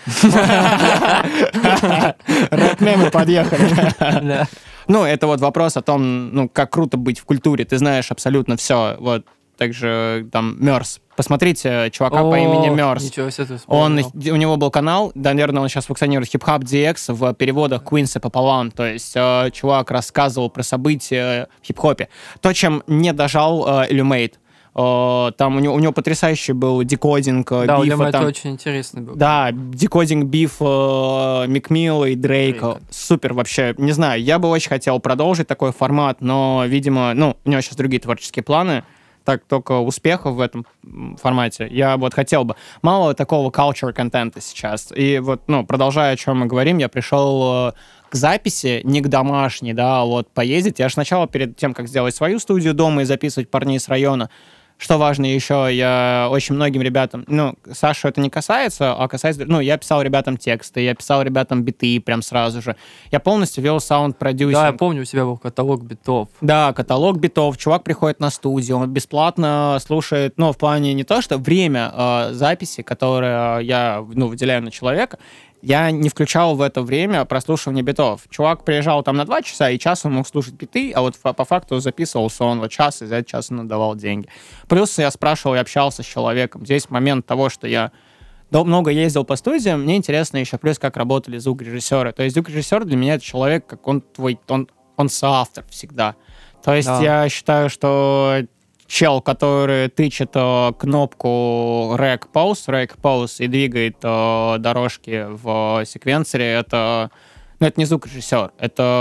Рэп-мемы подъехали. Ну, это вот вопрос о том, ну, как круто быть в культуре, ты знаешь абсолютно все, вот. Также там Мёрз. Посмотрите, чувака О, по имени Мёрз. Ничего себе ты Он, вспомнил. у него был канал, да, наверное, он сейчас функционирует, хип-хап ди экс в переводах Куинса пополам. То есть э, чувак рассказывал про события в хип-хопе. То, чем не дожал э, Illumate. Э, там у него, у него потрясающий был декодинг Да, у бифа. Лема это Там, очень интересный был. да, декодинг биф э, Микмилла и Дрейка. Дрейка. Супер вообще. Не знаю, я бы очень хотел продолжить такой формат, но, видимо, ну, у него сейчас другие творческие планы. Так, только успехов в этом формате. Я вот хотел бы. Мало такого culture контента сейчас. И вот, ну, продолжая, о чем мы говорим, я пришел э, к записи, не к домашней, да, а вот поездить. Я же сначала, перед тем, как сделать свою студию дома и записывать парней с района, что важно еще, я очень многим ребятам, ну, Сашу это не касается, а касается, ну, я писал ребятам тексты, я писал ребятам биты прям сразу же. Я полностью вел саунд-продюсинг. Да, я помню, у тебя был каталог битов. Да, каталог битов. Чувак приходит на студию, он бесплатно слушает, ну, в плане не то, что время э, записи, которое я, ну, выделяю на человека, я не включал в это время прослушивание битов. Чувак приезжал там на два часа, и час он мог слушать биты, а вот по факту записывался он вот час, и за этот час он отдавал деньги. Плюс я спрашивал и общался с человеком. Здесь момент того, что я много ездил по студиям, мне интересно еще плюс, как работали звукорежиссеры. То есть звукорежиссер для меня это человек, как он твой, он, он соавтор всегда. То есть да. Я считаю, что чел, который тычет э, кнопку Rec Pause, Rec Pause и двигает э, дорожки в секвенсоре, это, ну, это не звукорежиссер,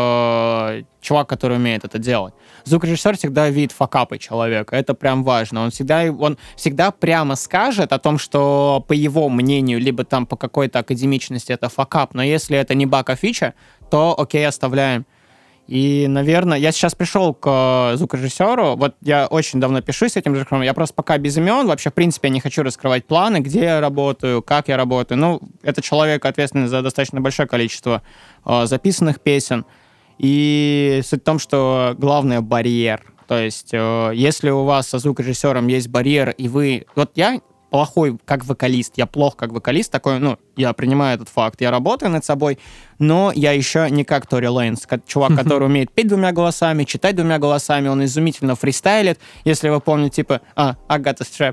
это чувак, который умеет это делать. Звукорежиссер всегда видит факапы человека, это прям важно. Он всегда, он всегда прямо скажет о том, что по его мнению, либо там по какой-то академичности это факап, но если это не баг, а фича, то окей, оставляем. И, наверное, я сейчас пришел к звукорежиссеру, вот я очень давно пишу с этим звукорежиссером, я просто пока без имен, вообще, в принципе, я не хочу раскрывать планы, где я работаю, как я работаю. Ну, это человек, ответственный за достаточно большое количество э, записанных песен. И суть в том, что главное — барьер. То есть, э, если у вас со звукорежиссером есть барьер, и вы... Вот я плохой как вокалист, я плох как вокалист, такой, ну, я принимаю этот факт, я работаю над собой, но я еще не как Тори Лейнс, чувак, который умеет петь двумя голосами, читать двумя голосами, он изумительно фристайлит, если вы помните, типа, а, I got a strap,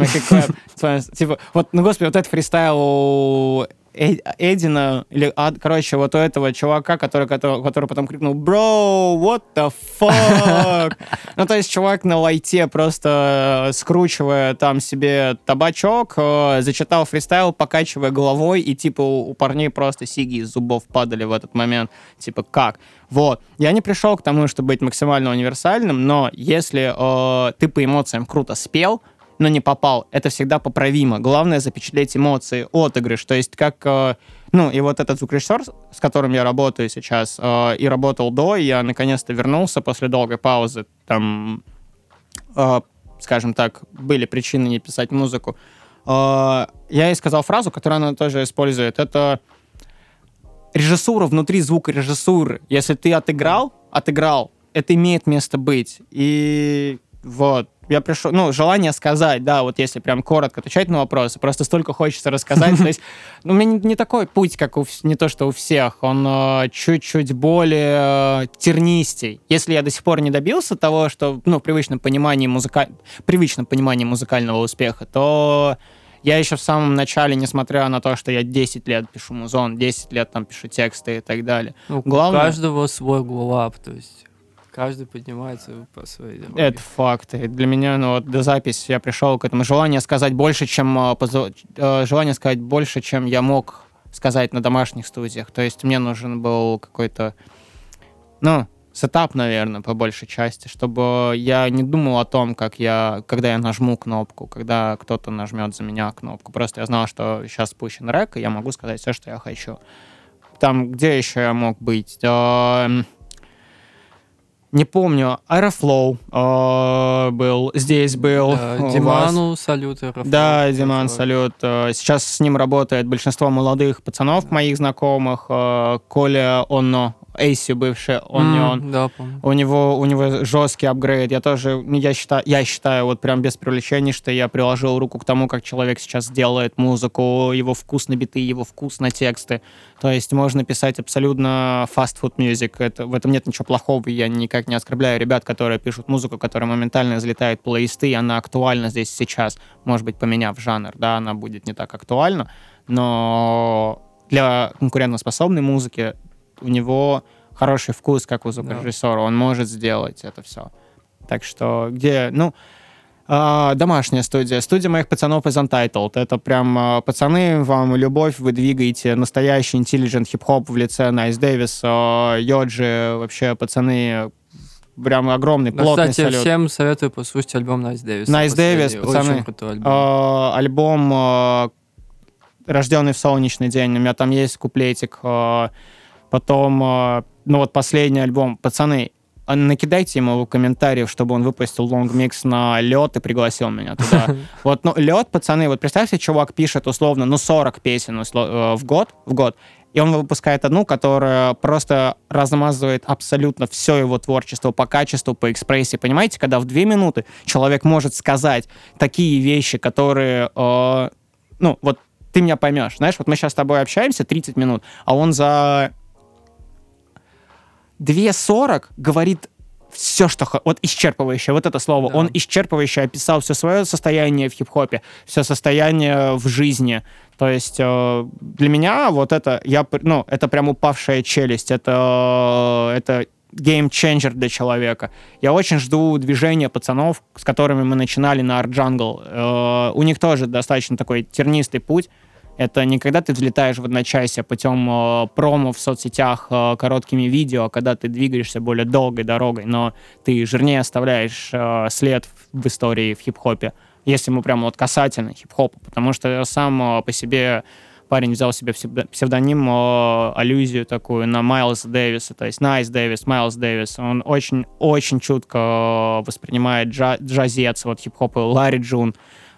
типа, вот, ну, господи, вот этот фристайл у Эдина, или, а, короче, вот у этого чувака, который, который, который потом крикнул «Bro, what the fuck?» Ну, то есть чувак на лайте, просто скручивая там себе табачок, э, зачитал фристайл, покачивая головой, и типа у, у парней просто сиги из зубов падали в этот момент. Типа как? Вот. Я не пришел к тому, чтобы быть максимально универсальным, но если э, ты по эмоциям круто спел, но не попал, это всегда поправимо. Главное — запечатлеть эмоции, отыгрыш. То есть как... Э, ну, и вот этот звукорежиссер, с которым я работаю сейчас, э, и работал до, и я наконец-то вернулся после долгой паузы. Там, э, скажем так, были причины не писать музыку. Э, я ей сказал фразу, которую она тоже использует. Это режиссура внутри звукорежиссуры. Если ты отыграл, отыграл, это имеет место быть. И вот. Я пришел, ну, желание сказать, да, вот если прям коротко отвечать на вопросы, просто столько хочется рассказать. То есть, ну, у меня не, не такой путь, как у, не то, что у всех, он э, чуть-чуть более э, тернистей. Если я до сих пор не добился того, что, ну, в привычном понимании, музыка... привычном понимании музыкального успеха, то я еще в самом начале, несмотря на то, что я десять лет пишу музон, десять лет там пишу тексты и так далее. Ну, Главное... У каждого свой главап, то есть... Каждый поднимается по своей дороге. Это факт. И для меня, ну вот до записи я пришел к этому желанию сказать больше, чем желание сказать больше, чем я мог сказать на домашних студиях. То есть мне нужен был какой-то, ну, сетап, наверное, по большей части, чтобы я не думал о том, как я, когда я нажму кнопку, когда кто-то нажмет за меня кнопку. Просто я знал, что сейчас спущен рэк, и я могу сказать все, что я хочу. Там, где еще я мог быть? Не помню, Aeroflow э, был, здесь был. Да, у Диману вас. салют. Aeroflow. Да, Диман, салют. Э, Сейчас с ним работает большинство молодых пацанов моих знакомых. Э, Коля Онно, Эйси бывший, он не М, он. Да, помню. У него, у него жесткий апгрейд. Я тоже, ну, я считаю, я считаю, вот прям без привлечения, что я приложил руку к тому, как человек сейчас делает музыку, его вкус на биты, его вкус на тексты. То есть можно писать абсолютно fast food music. Это, в этом нет ничего плохого. Я никак не оскорбляю ребят, которые пишут музыку, которая моментально взлетает в плейлисты, и она актуальна здесь сейчас. Может быть, поменяв жанр, да, она будет не так актуальна. Но для конкурентоспособной музыки у него хороший вкус, как у звукорежиссера, он может сделать это все. Так что где, ну, э, домашняя студия, студия моих пацанов из Untitled, это прям э, пацаны, вам любовь, вы двигаете настоящий intelligent хип-хоп в лице Найс Дэвис, э, Йоджи, вообще пацаны, прям огромный, Да, плотный кстати, салют. всем советую послушать альбом Найс Дэвис. Найс Дэвис, пацаны, Очень крутой альбом. э, альбом э, «Рожденный в солнечный день», у меня там есть куплетик, э, потом, э, ну вот последний альбом. Пацаны, а накидайте ему в комментариев, чтобы он выпустил лонг-микс на лед и пригласил меня туда. Вот, ну, лед, пацаны, вот представьте, чувак пишет условно, ну, сорок песен усло- э, в год, в год, и он выпускает одну, которая просто размазывает абсолютно все его творчество по качеству, по экспрессии. Понимаете, когда в две минуты человек может сказать такие вещи, которые, э, ну, вот ты меня поймешь. Знаешь, вот мы сейчас с тобой общаемся тридцать минут, а он за две сорок говорит все, что... хо- Вот исчерпывающее, вот это слово. Да. Он исчерпывающе описал все свое состояние в хип-хопе, все состояние в жизни. То есть э, для меня вот это, я, п- ну, это прям упавшая челюсть. Это, это гейм-ченджер для человека. Я очень жду движения пацанов, с которыми мы начинали на Art Jungle. Э, у них тоже достаточно такой тернистый путь. Это не когда ты взлетаешь в одночасье путем э, промо в соцсетях э, короткими видео, а когда ты двигаешься более долгой дорогой, но ты жирнее оставляешь э, след в, в истории в хип-хопе, если мы прямо вот касательно хип-хопа, потому что сам э, по себе парень взял себе псевдо- псевдоним, э, аллюзию такую на Майлса Дэвиса, то есть Найс Дэвис, Майлз Дэвис. Он очень-очень чутко э, воспринимает джа- джазец, вот хип-хоп, Ларри Джун,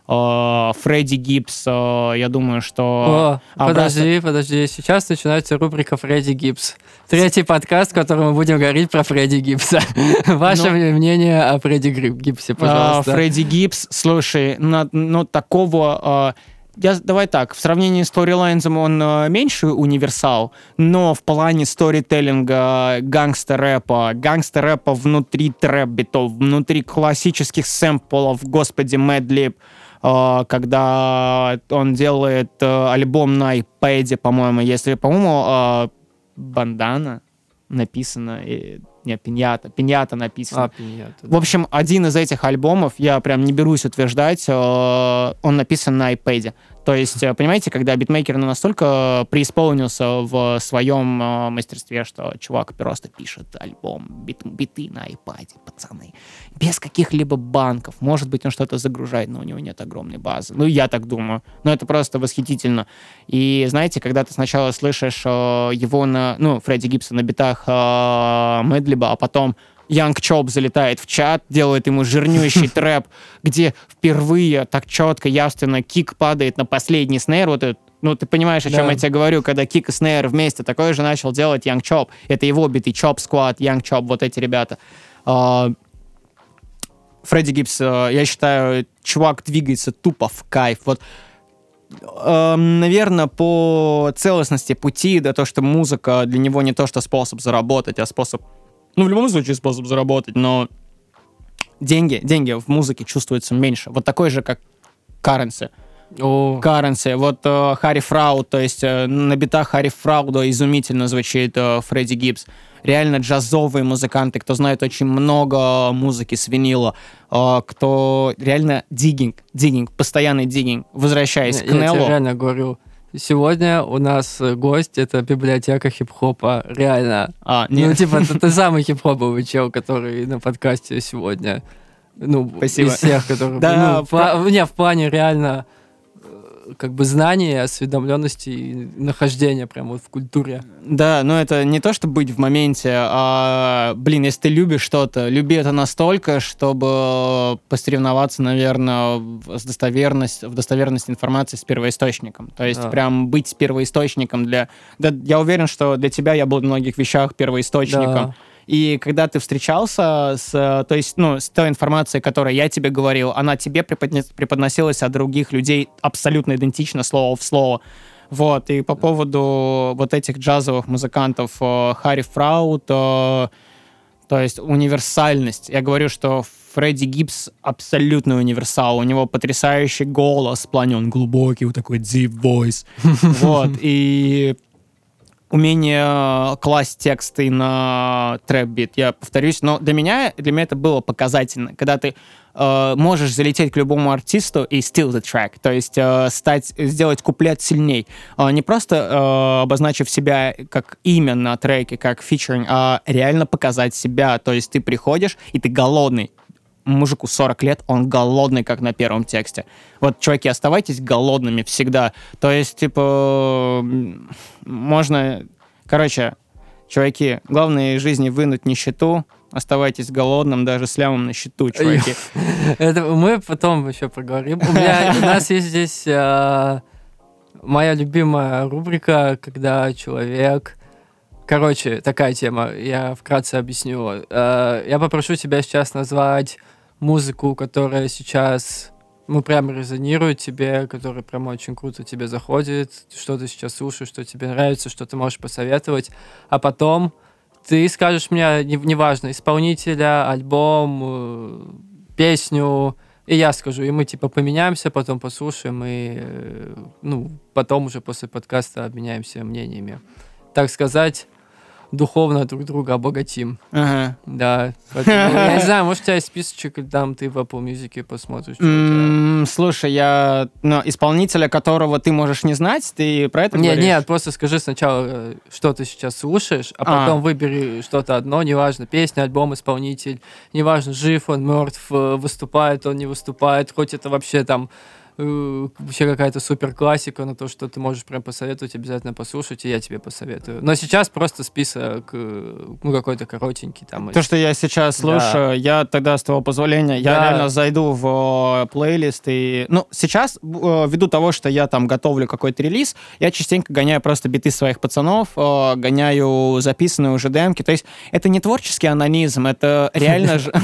Uh, Фредди Гибс, uh, я думаю, что... О, подожди, подожди. Сейчас начинается рубрика Фредди Гибс. Третий подкаст, в котором мы будем говорить про Фредди Гибса. Ваше Ну, мнение о Фредди Гри- Гибсе, пожалуйста. Uh, Фредди Гибс, слушай, на, ну такого... Uh, я, давай так, в сравнении с Storylines'ом он uh, меньше универсал, но в плане сторителлинга, гангстер-рэпа, гангстер-рэпа внутри трэп-битов, внутри классических сэмплов, господи, Мэдлиб, Uh, когда он делает uh, альбом на iPad, по-моему, если, по-моему, uh, бандана написано, и, не, пиньята, пиньята написано. А, пиньята, В да. общем, один из этих альбомов, я прям не берусь утверждать, uh, он написан на iPad. То есть, uh, понимаете, когда битмейкер ну, настолько преисполнился в своем uh, мастерстве, что чувак просто пишет альбом, бит, биты на iPad, пацаны, без каких-либо банков. Может быть, он что-то загружает, но у него нет огромной базы. Ну, я так думаю. Но это просто восхитительно. И, знаете, когда ты сначала слышишь uh, его на, ну, Фредди Гибса на битах uh, Мэдлиба, а потом Янг Чоп залетает в чат, делает ему жирнющий трэп, где впервые так четко, явственно кик падает на последний снейр. Вот этот, ну, ты понимаешь, о чем Да. я тебе говорю, когда кик и снейр вместе. Такое же начал делать Янг Чоп. Это его битый Чоп Сквад, Янг Чоп, вот эти ребята. А, Фредди Гибс, а, я считаю, чувак двигается тупо в кайф. Вот, а, наверное, по целостности пути, да, то, что музыка для него не то, что способ заработать, а способ... Ну, в любом случае способ заработать, но деньги, деньги в музыке чувствуются меньше. Вот такой же, как currency. О, Currency. Вот э, Харри Фрауд, то есть э, на битах Харри Фрауда изумительно звучит э, Фредди Гибс. Реально джазовые музыканты, кто знает очень много музыки с винила, э, кто реально диггинг, диггинг, постоянный диггинг. Возвращаясь я к тебе Неллу. реально говорю. Сегодня у нас гость, это библиотека хип-хопа. Реально. А, Ну, нет. типа, ты, ты самый хип-хоповый чел, который на подкасте сегодня. Ну, Спасибо. из всех, которые... Да, ну, в пла- не, в плане реально... как бы знания, осведомленности и нахождения прямо вот в культуре. Да, но это не то, чтобы быть в моменте, а, блин, если ты любишь что-то, люби это настолько, чтобы посоревноваться, наверное, в достоверность, в достоверность информации с первоисточником. То есть да. прям быть первоисточником для... Да, я уверен, что для тебя я был в многих вещах первоисточником. Да. И когда ты встречался с, то есть, ну, с той информацией, которую я тебе говорил, она тебе преподносилась от других людей абсолютно идентично, слово в слово. Вот, и по поводу вот этих джазовых музыкантов, Харри Фраут, то есть универсальность. Я говорю, что Фредди Гибс абсолютный универсал. У него потрясающий голос, в плане он глубокий, вот такой deep voice. Вот, и... умение класть тексты на трэп-бит, я повторюсь, но для меня, для меня это было показательно, когда ты э, можешь залететь к любому артисту и steal the track, то есть э, стать, сделать куплет сильней, э, не просто э, обозначив себя как имя на треке, как фичеринг, а реально показать себя, то есть ты приходишь и ты голодный. Мужику сорок лет, он голодный, как на первом тексте. Вот, чуваки, оставайтесь голодными всегда. То есть, типа, можно... Короче, чуваки, главное в жизни вынуть нищету, оставайтесь голодным, даже с лямом на счету, чуваки. Это мы потом еще поговорим. У меня, у нас есть здесь э, моя любимая рубрика, когда человек... Короче, такая тема, я вкратце объясню. Э, я попрошу тебя сейчас назвать музыку, которая сейчас, ну, прямо резонирует тебе, которая прямо очень круто тебе заходит, что ты сейчас слушаешь, что тебе нравится, что ты можешь посоветовать, а потом ты скажешь мне, неважно, исполнителя, альбом, песню, и я скажу, и мы типа поменяемся, потом послушаем, и, ну, потом уже после подкаста обменяемся мнениями. Так сказать, духовно друг друга обогатим. Ага. Да. Поэтому, я не знаю, может, у тебя есть списочек, или там ты в Apple Music посмотришь. Mm, слушай, я... Ну, исполнителя, которого ты можешь не знать, ты про это не, говоришь? Нет, просто скажи сначала, что ты сейчас слушаешь, а потом а. выбери что-то одно, неважно, песня, альбом, исполнитель, неважно, жив он, мертв, выступает он, не выступает, хоть это вообще там вообще какая-то супер классика, но то, что ты можешь прям посоветовать, обязательно послушать, и я тебе посоветую. Но сейчас просто список, ну, какой-то коротенький. Там, то, что я сейчас слушаю, да. я тогда, с твоего позволения, я да. реально зайду в плейлист и... Ну, сейчас, ввиду того, что я там готовлю какой-то релиз, я частенько гоняю просто биты своих пацанов, гоняю записанные уже демки, то есть это не творческий анонизм, это реально же...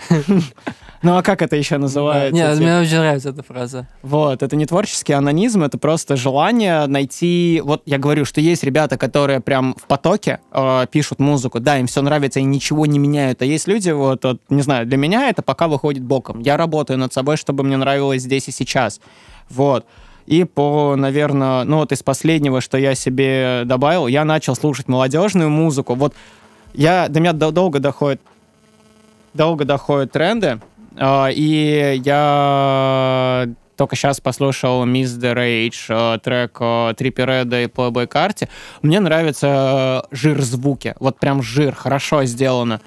Ну, а как это еще называется? Нет, мне очень нравится эта фраза. Вот, это не творческий анонизм, это просто желание найти... Вот я говорю, что есть ребята, которые прям в потоке э, пишут музыку, да, им все нравится и ничего не меняют, а есть люди, вот, вот, не знаю, для меня это пока выходит боком. Я работаю над собой, чтобы мне нравилось здесь и сейчас. Вот. И по, наверное, ну вот из последнего, что я себе добавил, я начал слушать молодежную музыку. Вот я, до меня долго доходят, долго доходят тренды, и я только сейчас послушал Miss the Rage, трек Trippie Redd и Playboi Carti. Мне нравится жир звуки. Вот прям жир, хорошо сделано.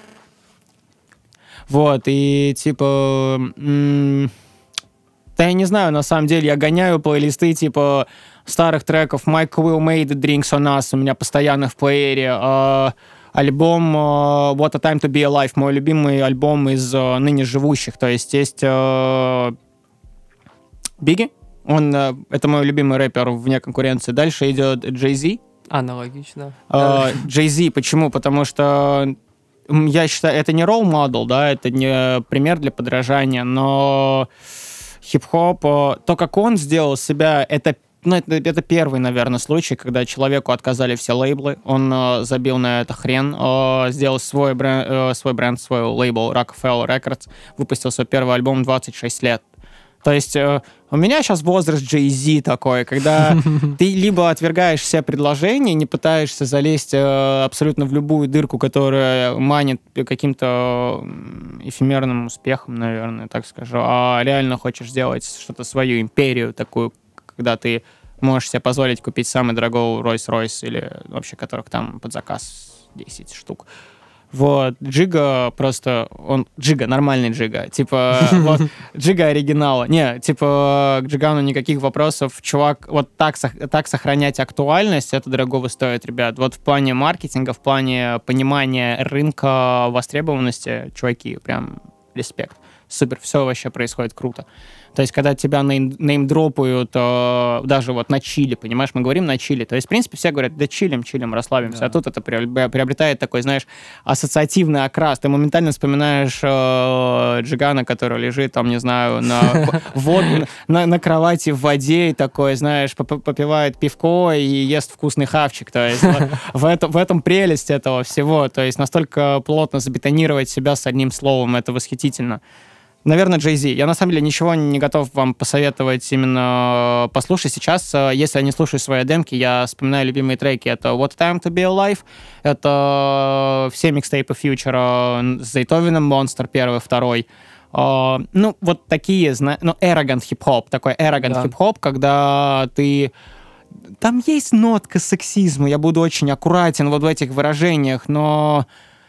Вот, и типа... М- да я не знаю, на самом деле, я гоняю плейлисты типа старых треков. Mike Will Made Drinks on Us у меня постоянно в плеере. Альбом uh, What a Time to Be Alive, мой любимый альбом из uh, ныне живущих. То есть есть uh, Biggie, он, uh, это мой любимый рэпер вне конкуренции. Дальше идет Jay-Z. Аналогично. Uh, Jay-Z, почему? Потому что я считаю, это не role model, да, это не пример для подражания, но хип-хоп, uh, то, как он сделал себя, это Ну, это, это первый, наверное, случай, когда человеку отказали все лейблы, он э, забил на это хрен, э, сделал свой бренд, э, свой бренд, свой лейбл Rockefeller Records, выпустил свой первый альбом в двадцать шесть лет. То есть э, у меня сейчас возраст Jay-Z такой, когда ты либо отвергаешь все предложения, не пытаешься залезть э, абсолютно в любую дырку, которая манит каким-то эфемерным успехом, наверное, так скажу, а реально хочешь сделать что-то, свою империю такую, когда ты можешь себе позволить купить самый дорогой Rolls-Royce или вообще которых там под заказ десять штук. Вот, Джига просто, он, Джига, нормальный Джига, типа, вот, Джига оригинала. Не, типа, к Джигану никаких вопросов, чувак, вот так, так сохранять актуальность, это дорогого стоит, ребят. Вот в плане маркетинга, в плане понимания рынка, востребованности, чуваки, прям респект. Супер, все вообще происходит круто. То есть, когда тебя нейм, неймдропают э, даже вот на чили, понимаешь, мы говорим на чили. То есть, в принципе, все говорят, да чилим, чилим, расслабимся. Да. А тут это приобретает такой, знаешь, ассоциативный окрас. Ты моментально вспоминаешь э, Джигана, который лежит там, не знаю, на, вод, на, на кровати в воде и такой, знаешь, попивает пивко и ест вкусный хавчик. То есть, в этом, в этом прелесть этого всего. То есть, настолько плотно забетонировать себя с одним словом, это восхитительно. Наверное, Jay-Z. Я, на самом деле, ничего не готов вам посоветовать именно послушать сейчас. Если я не слушаю свои демки, я вспоминаю любимые треки. Это What Time to Be Alive, это все микстейпы Фьючера с Зейтовином, Monster первый, второй. Uh, ну, вот такие, ну, arrogant хип-хоп, такой arrogant да. хип-хоп, когда ты... Там есть нотка сексизма, я буду очень аккуратен вот в этих выражениях, но...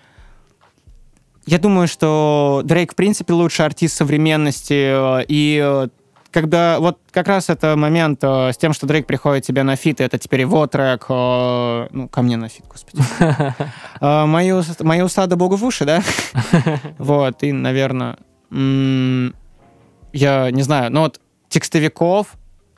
Я думаю, что Дрейк, в принципе, лучший артист современности, и когда вот как раз это момент с тем, что Дрейк приходит тебе на фит, это теперь его трек, ну, ко мне на фит, господи. Мои, мои уста да богу в уши, да? Вот, и, наверное, я не знаю, ну вот текстовиков,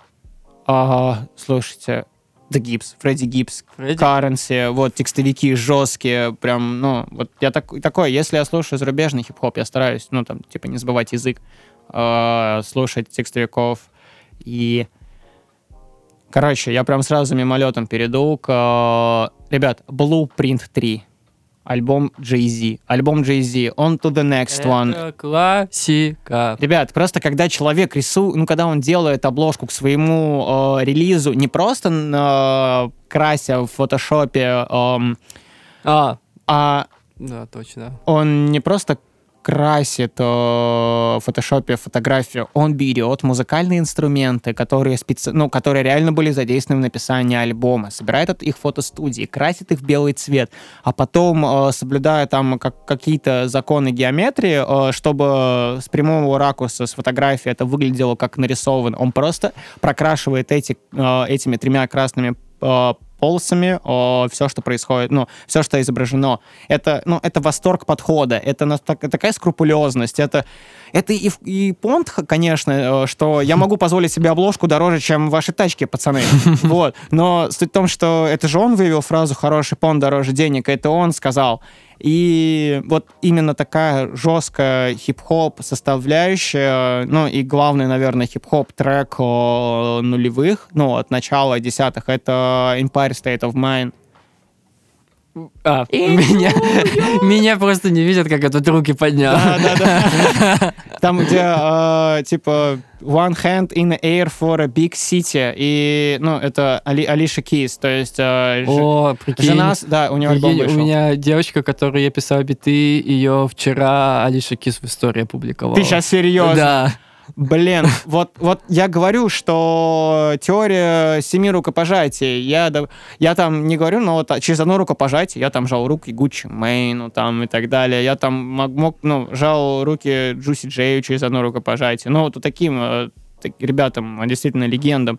слушайте, The Gibbs, Фредди Гибс, Currency, вот, текстовики жесткие, прям, ну, вот я так, такой, если я слушаю зарубежный хип-хоп, я стараюсь, ну, там, типа, не забывать язык, э, слушать текстовиков, и, короче, я прям сразу мимолетом перейду к, э, ребят, Blueprint три, альбом Jay-Z, альбом Jay-Z, On to the Next Это One. Это классика. Ребят, просто когда человек рисует, ну, когда он делает обложку к своему э, релизу, не просто э, крася в фотошопе, э, а, а да, точно. Он не просто красит э, в фотошопе фотографию, он берет музыкальные инструменты, которые, специ... ну, которые реально были задействованы в написании альбома, собирает их в фотостудии, красит их в белый цвет, а потом, э, соблюдая там как, какие-то законы геометрии, э, чтобы с прямого ракурса с фотографии это выглядело как нарисовано, он просто прокрашивает эти, э, этими тремя красными э, полосами, о, все, что происходит, ну, все, что изображено. Это, ну, это восторг подхода, это на, так, такая скрупулезность, это, это и, и понт, конечно, что я могу позволить себе обложку дороже, чем ваши тачки, пацаны. Вот. Но суть в том, что это же он вывел фразу «хороший понт дороже денег», это он сказал. И вот именно такая жесткая хип-хоп составляющая, ну и главный, наверное, хип-хоп трек о, нулевых, ну, от начала десятых, это Empire State of Mind. А, меня, меня просто не видят, как я тут руки поднял. Да, да, да. Там, где, э, типа, one hand in the air for a big city. И, ну, это Али, Алиша Кейс, то есть... Э, О, ж, прикинь. Жена, да, у нее альбом прикинь, вышел. У меня девочка, которой я писал биты, ее вчера Алиша Кейс в истории опубликовала. Ты сейчас серьезно? Да. Блин, вот, вот я говорю, что теория семи рукопожатий, я, я там не говорю, но вот через одно рукопожатие я там жал руки Гуччи Мэйну там и так далее, я там мог, ну, жал руки Джуси Джею через одно рукопожатие, ну, вот таким так, ребятам, действительно легендам.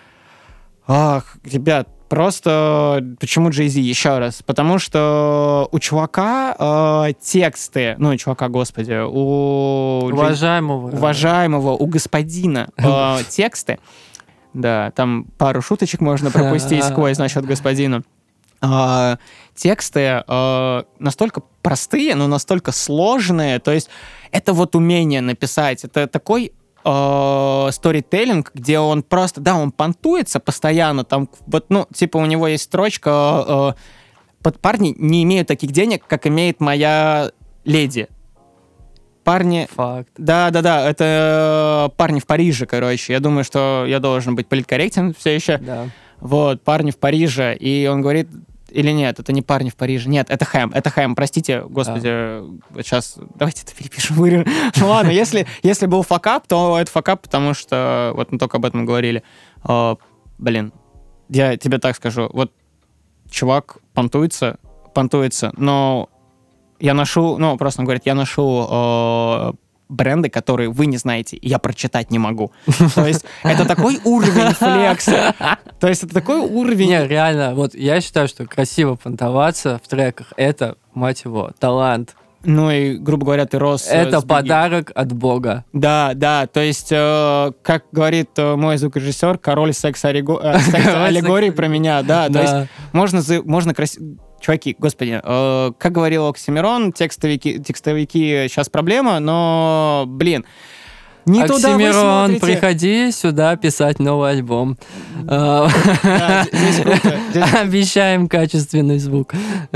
Ах, ребят, просто почему Jay-Z? Еще раз. Потому что у чувака э, тексты, ну, у чувака, господи, у... Уважаемого. Джей... Уважаемого, у господина э, тексты. Да, там пару шуточек можно пропустить сквозь насчет господина. Э, тексты э, настолько простые, но настолько сложные. То есть это вот умение написать. Это такой... сторителлинг, где он просто, да, он понтуется постоянно, там, вот, ну, типа, у него есть строчка э, «Парни не имеют таких денег, как имеет моя леди». Парни... Факт. Да-да-да, это парни в Париже, короче. Я думаю, что я должен быть политкорректен все еще. Да. Вот, парни в Париже, и он говорит... Или нет, это не парни в Париже. Нет, это Хэм, это Хэм. Простите, господи, да. Сейчас давайте это перепишем, вырежем. Ну ладно, если, если был факап, то это факап, потому что вот мы только об этом говорили. О, блин, я тебе так скажу. Вот чувак понтуется, понтуется, но я ношу, ну, просто он говорит, я ношу э, бренды, которые вы не знаете, и я прочитать не могу. То есть это такой уровень флекса. То есть это такой уровень... Не, реально, вот я считаю, что красиво понтоваться в треках — это, мать его, талант. Ну и, грубо говоря, ты рос... Это подарок от Бога. Да, да, то есть, э, как говорит э, мой звукорежиссер, король секс-аллегории про меня, да, то есть можно, можно красиво... Чуваки, господи, э, как говорил Оксимирон, текстовики, текстовики сейчас проблема, но, блин, не туда вы Оксимирон, смотрите. приходи сюда писать новый альбом. Да, здесь круто. Здесь... Обещаем качественный звук.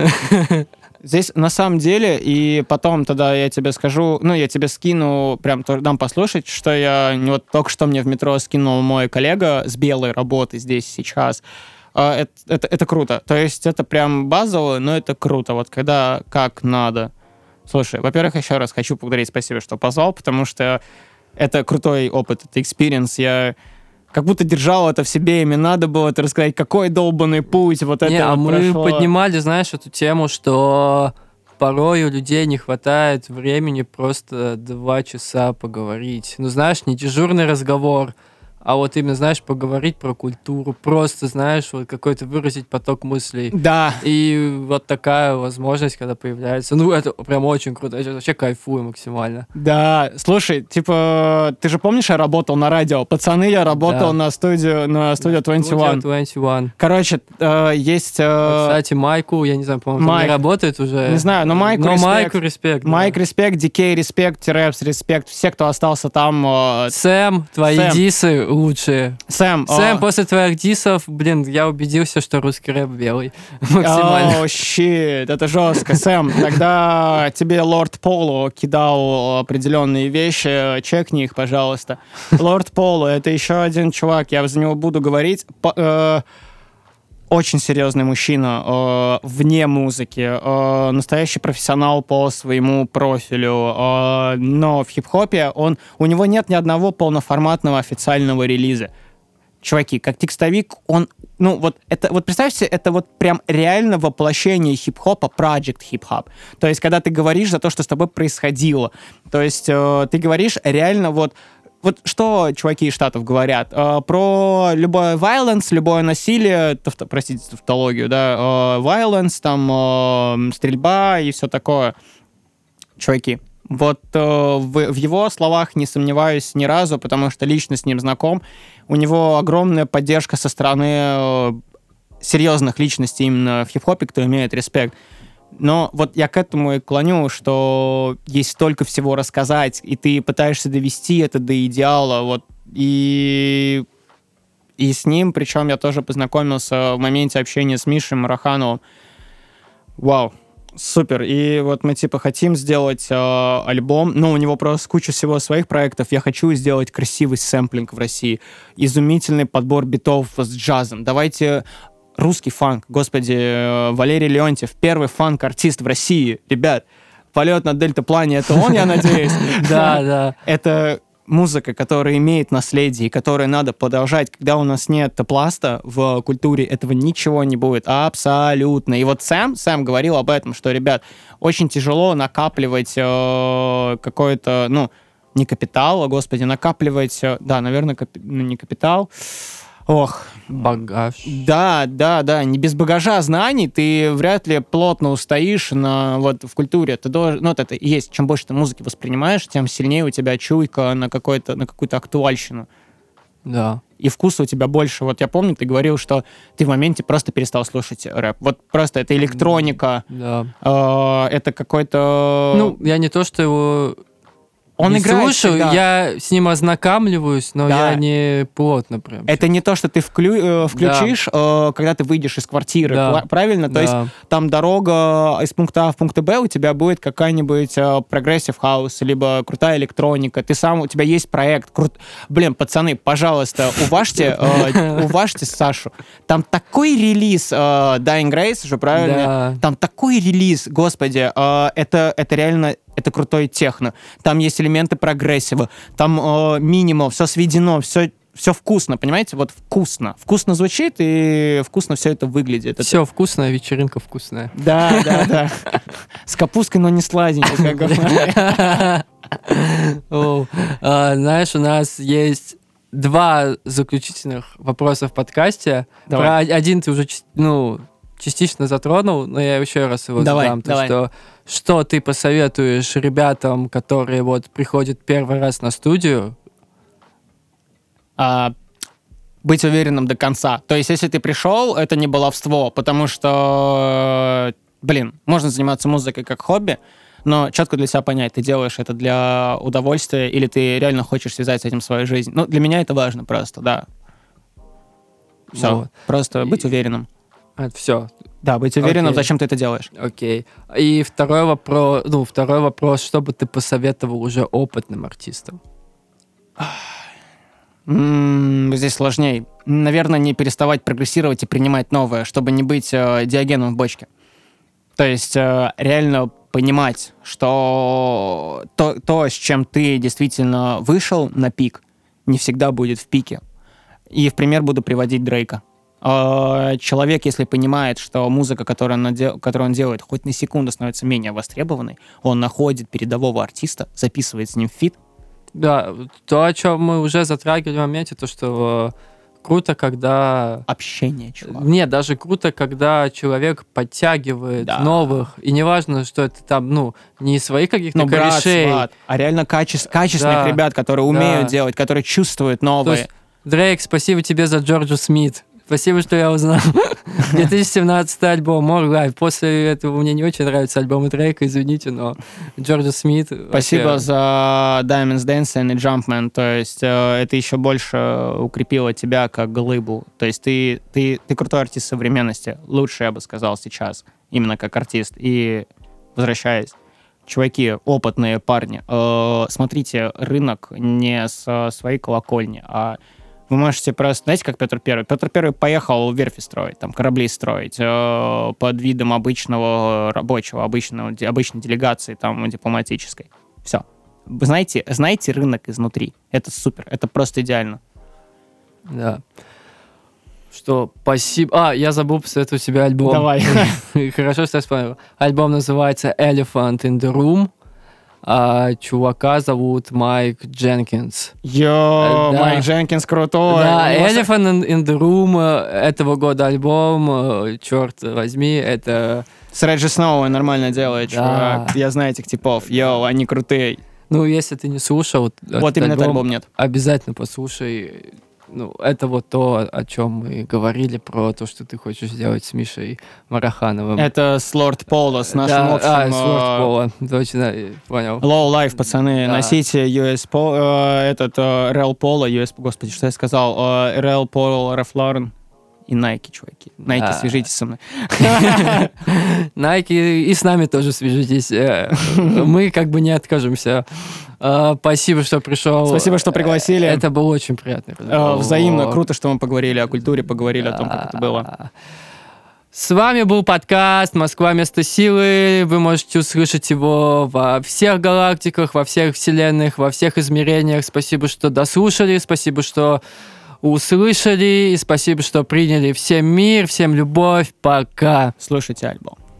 Здесь на самом деле, и потом тогда я тебе скажу, ну, я тебе скину, прям дам послушать, что я, вот только что мне в метро скинул мой коллега с белой работы здесь сейчас. Это, это, это круто. То есть это прям базово, но это круто. Вот когда как надо. Слушай, во-первых, еще раз хочу поблагодарить, спасибо, что позвал, потому что это крутой опыт, это экспириенс. Я как будто держал это в себе, и мне надо было это рассказать, какой долбанный путь вот не, это а вот мы прошло. поднимали, знаешь, эту тему, что порой у людей не хватает времени просто два часа поговорить. Ну, знаешь, не дежурный разговор, а вот именно, знаешь, поговорить про культуру, просто, знаешь, вот какой-то выразить поток мыслей. Да. И вот такая возможность, когда появляется, ну, это прям очень круто, я вообще кайфую максимально. Да, слушай, типа, ты же помнишь, я работал на радио? Пацаны, я работал да. на студию, на студию двадцать один. двадцать один. Короче, э, есть... Э... Кстати, Майку, я не знаю, по-моему, Майк. Не работает уже. Не знаю, но Майку но респект. Майку респект. Майк да. респект, ди кей респект, Тирепс респект, все, кто остался там. Э... Сэм, твои Сэм. дисы лучшие. Сэм, Сэм, о... после твоих дисов, блин, я убедился, что русский рэп белый. Максимально. О, щит, это жестко. Сэм, тогда тебе Лорд Поло кидал определенные вещи, чекни их, пожалуйста. Лорд Поло, это еще один чувак, я за него буду говорить. По, э, очень серьезный мужчина э, вне музыки, э, настоящий профессионал по своему профилю, э, но в хип-хопе он, у него нет ни одного полноформатного официального релиза. Чуваки, как текстовик, он, ну вот это, вот представьте, это вот прям реально воплощение хип-хопа, project хип-хоп. То есть, когда ты говоришь за то, что с тобой происходило, то есть э, ты говоришь реально вот, вот что чуваки из Штатов говорят э, про любое violence, любое насилие, тавто, простите тавтологию, да, э, violence, там э, стрельба и все такое. Чуваки, вот э, в, в его словах не сомневаюсь ни разу, потому что лично с ним знаком. У него огромная поддержка со стороны э, серьезных личностей именно в хип-хопе, кто имеет респект. Но вот я к этому и клоню, что есть столько всего рассказать, и ты пытаешься довести это до идеала, вот, и, и с ним, причем я тоже познакомился в моменте общения с Мишей Марахановым. Вау. Супер. И вот мы типа хотим сделать э, альбом. Ну, у него просто куча всего своих проектов. Я хочу сделать красивый сэмплинг в России. Изумительный подбор битов с джазом. Давайте русский фанк. Господи, э, Валерий Леонтьев, первый фанк-артист в России. Ребят, полет над дельтаплане, это он, я надеюсь? Да, да. Это музыка, которая имеет наследие, которой надо продолжать. Когда у нас нет пласта в культуре, этого ничего не будет. Абсолютно. И вот Сэм, Сэм говорил об этом, что, ребят, очень тяжело накапливать э, какой-то, ну, не капитал, а, господи, накапливать, э, да, наверное, капи, ну, не капитал, ох. Багаж. Да, да, да. Не без багажа знаний ты вряд ли плотно устоишь на, вот, в культуре. Ты должен, ну, вот это и есть. Чем больше ты музыки воспринимаешь, тем сильнее у тебя чуйка на, какой-то, на какую-то актуальщину. Да. И вкуса у тебя больше. Вот я помню, ты говорил, что ты в моменте просто перестал слушать рэп. Вот просто это электроника. Да. Э, это какой-то... Ну, я не то, что его... Он не играет слушаю, всегда. Я с ним ознакомливаюсь, но Да. я не плотно прям. Это не то, что ты вклю... э, включишь, да. э, когда ты выйдешь из квартиры, Да. правильно? То Да. есть там дорога из пункта А в пункт Б, у тебя будет какая-нибудь прогрессив хаус, либо крутая электроника. Ты сам, у тебя есть проект. Крут... Блин, пацаны, пожалуйста, уважьте, э, уважьте Сашу. Там такой релиз э, Dying Grace, же правильно? Да. Там такой релиз, господи, э, это, это реально... Это крутой техно. Там есть элементы прогрессива, там э, минимал, все сведено, все все вкусно, понимаете? Вот вкусно. Вкусно звучит, и вкусно все это выглядит. Все вкусно, вечеринка вкусная. Да, да, да. С капусткой, но не сладенькой. Знаешь, у нас есть два заключительных вопроса в подкасте. Про один ты уже, ну, частично затронул, но я еще раз его давай, задам. Давай. То, что, что ты посоветуешь ребятам, которые вот приходят первый раз на студию? А, быть уверенным до конца. То есть, если ты пришел, это не баловство, потому что, блин, можно заниматься музыкой как хобби, но четко для себя понять, ты делаешь это для удовольствия или ты реально хочешь связать с этим свою жизнь. Ну, для меня это важно просто, да. Все, вот. Просто быть уверенным. Это все. Да, быть уверенным, Окей. Зачем ты это делаешь. Окей. И второй вопрос, ну, второй вопрос, что бы ты посоветовал уже опытным артистам? М-м, здесь сложнее. Наверное, не переставать прогрессировать и принимать новое, чтобы не быть э, Диогеном в бочке. То есть э, реально понимать, что то, то, с чем ты действительно вышел на пик, не всегда будет в пике. И в пример буду приводить Дрейка. Человек, если понимает, что музыка, которую он, дел- которую он делает, хоть на секунду становится менее востребованной, он находит передового артиста, записывает с ним фит. Да, то, о чем мы уже затрагивали в моменте, то, что круто, когда... Общение, чувак. Нет, даже круто, когда человек подтягивает да. новых, и неважно, что это там, ну, не своих каких-то ну, корешей. Брат, сват, а реально каче- качественных да. ребят, которые умеют да. делать, которые чувствуют новые. То есть, Дрейк, спасибо тебе за Джорджу Смит. Спасибо, что я узнал. две тысячи семнадцатый альбом, More Life. После этого мне не очень нравятся альбомы Дрейка, извините, но Джорджа Смит... Спасибо вообще... за Diamonds Dancing и Jumpman. То есть э, это еще больше укрепило тебя как глыбу. То есть ты, ты, ты крутой артист современности. Лучше, я бы сказал, сейчас. Именно как артист. И возвращаясь, чуваки, опытные парни, э, смотрите рынок не с своей колокольни, а вы можете просто, знаете, как Петр Первый? Петр Первый поехал верфи строить, там, корабли строить э, под видом обычного рабочего, обычного, обычной делегации, там, дипломатической. Все. Вы знаете, знаете рынок изнутри. Это супер, это просто идеально. Да. Что, спасибо. А, я забыл посоветовать себе альбом. Давай. Хорошо, что я вспомнил. Альбом называется Elephant in the Room. А чувака зовут Майк Дженкинс. Йо, да. Майк Дженкинс крутой. Да, Elephant in the Room этого года альбом, черт возьми, это... С Реджи Сноуэй нормально делает, да. чувак. Я знаю этих типов. Йо, они крутые. Ну, если ты не слушал... Вот именно этот альбом нет. Обязательно послушай. Ну, это вот то, о чем мы говорили, про то, что ты хочешь сделать с Мишей Марахановым. Это с Лорд Пола, с нашим да, общим... А, с Лорд Пола, точно, понял. Low Life, пацаны, да. носите ю эс Polo, э, этот э, Real Polo, ю эс, господи, что я сказал, э, Real Polo, Ralph Lauren и Nike, чуваки. Nike, да. свяжитесь со мной. Nike и с нами тоже свяжитесь. Мы как бы не откажемся. Спасибо, что пришел. Спасибо, что пригласили. Это было очень приятно. Взаимно. Круто, что мы поговорили о культуре, поговорили о том, как это было. С вами был подкаст «Москва. Место силы». Вы можете услышать его во всех галактиках, во всех вселенных, во всех измерениях. Спасибо, что дослушали. Спасибо, что услышали. И спасибо, что приняли. Всем мир, всем любовь. Пока. Слушайте альбом.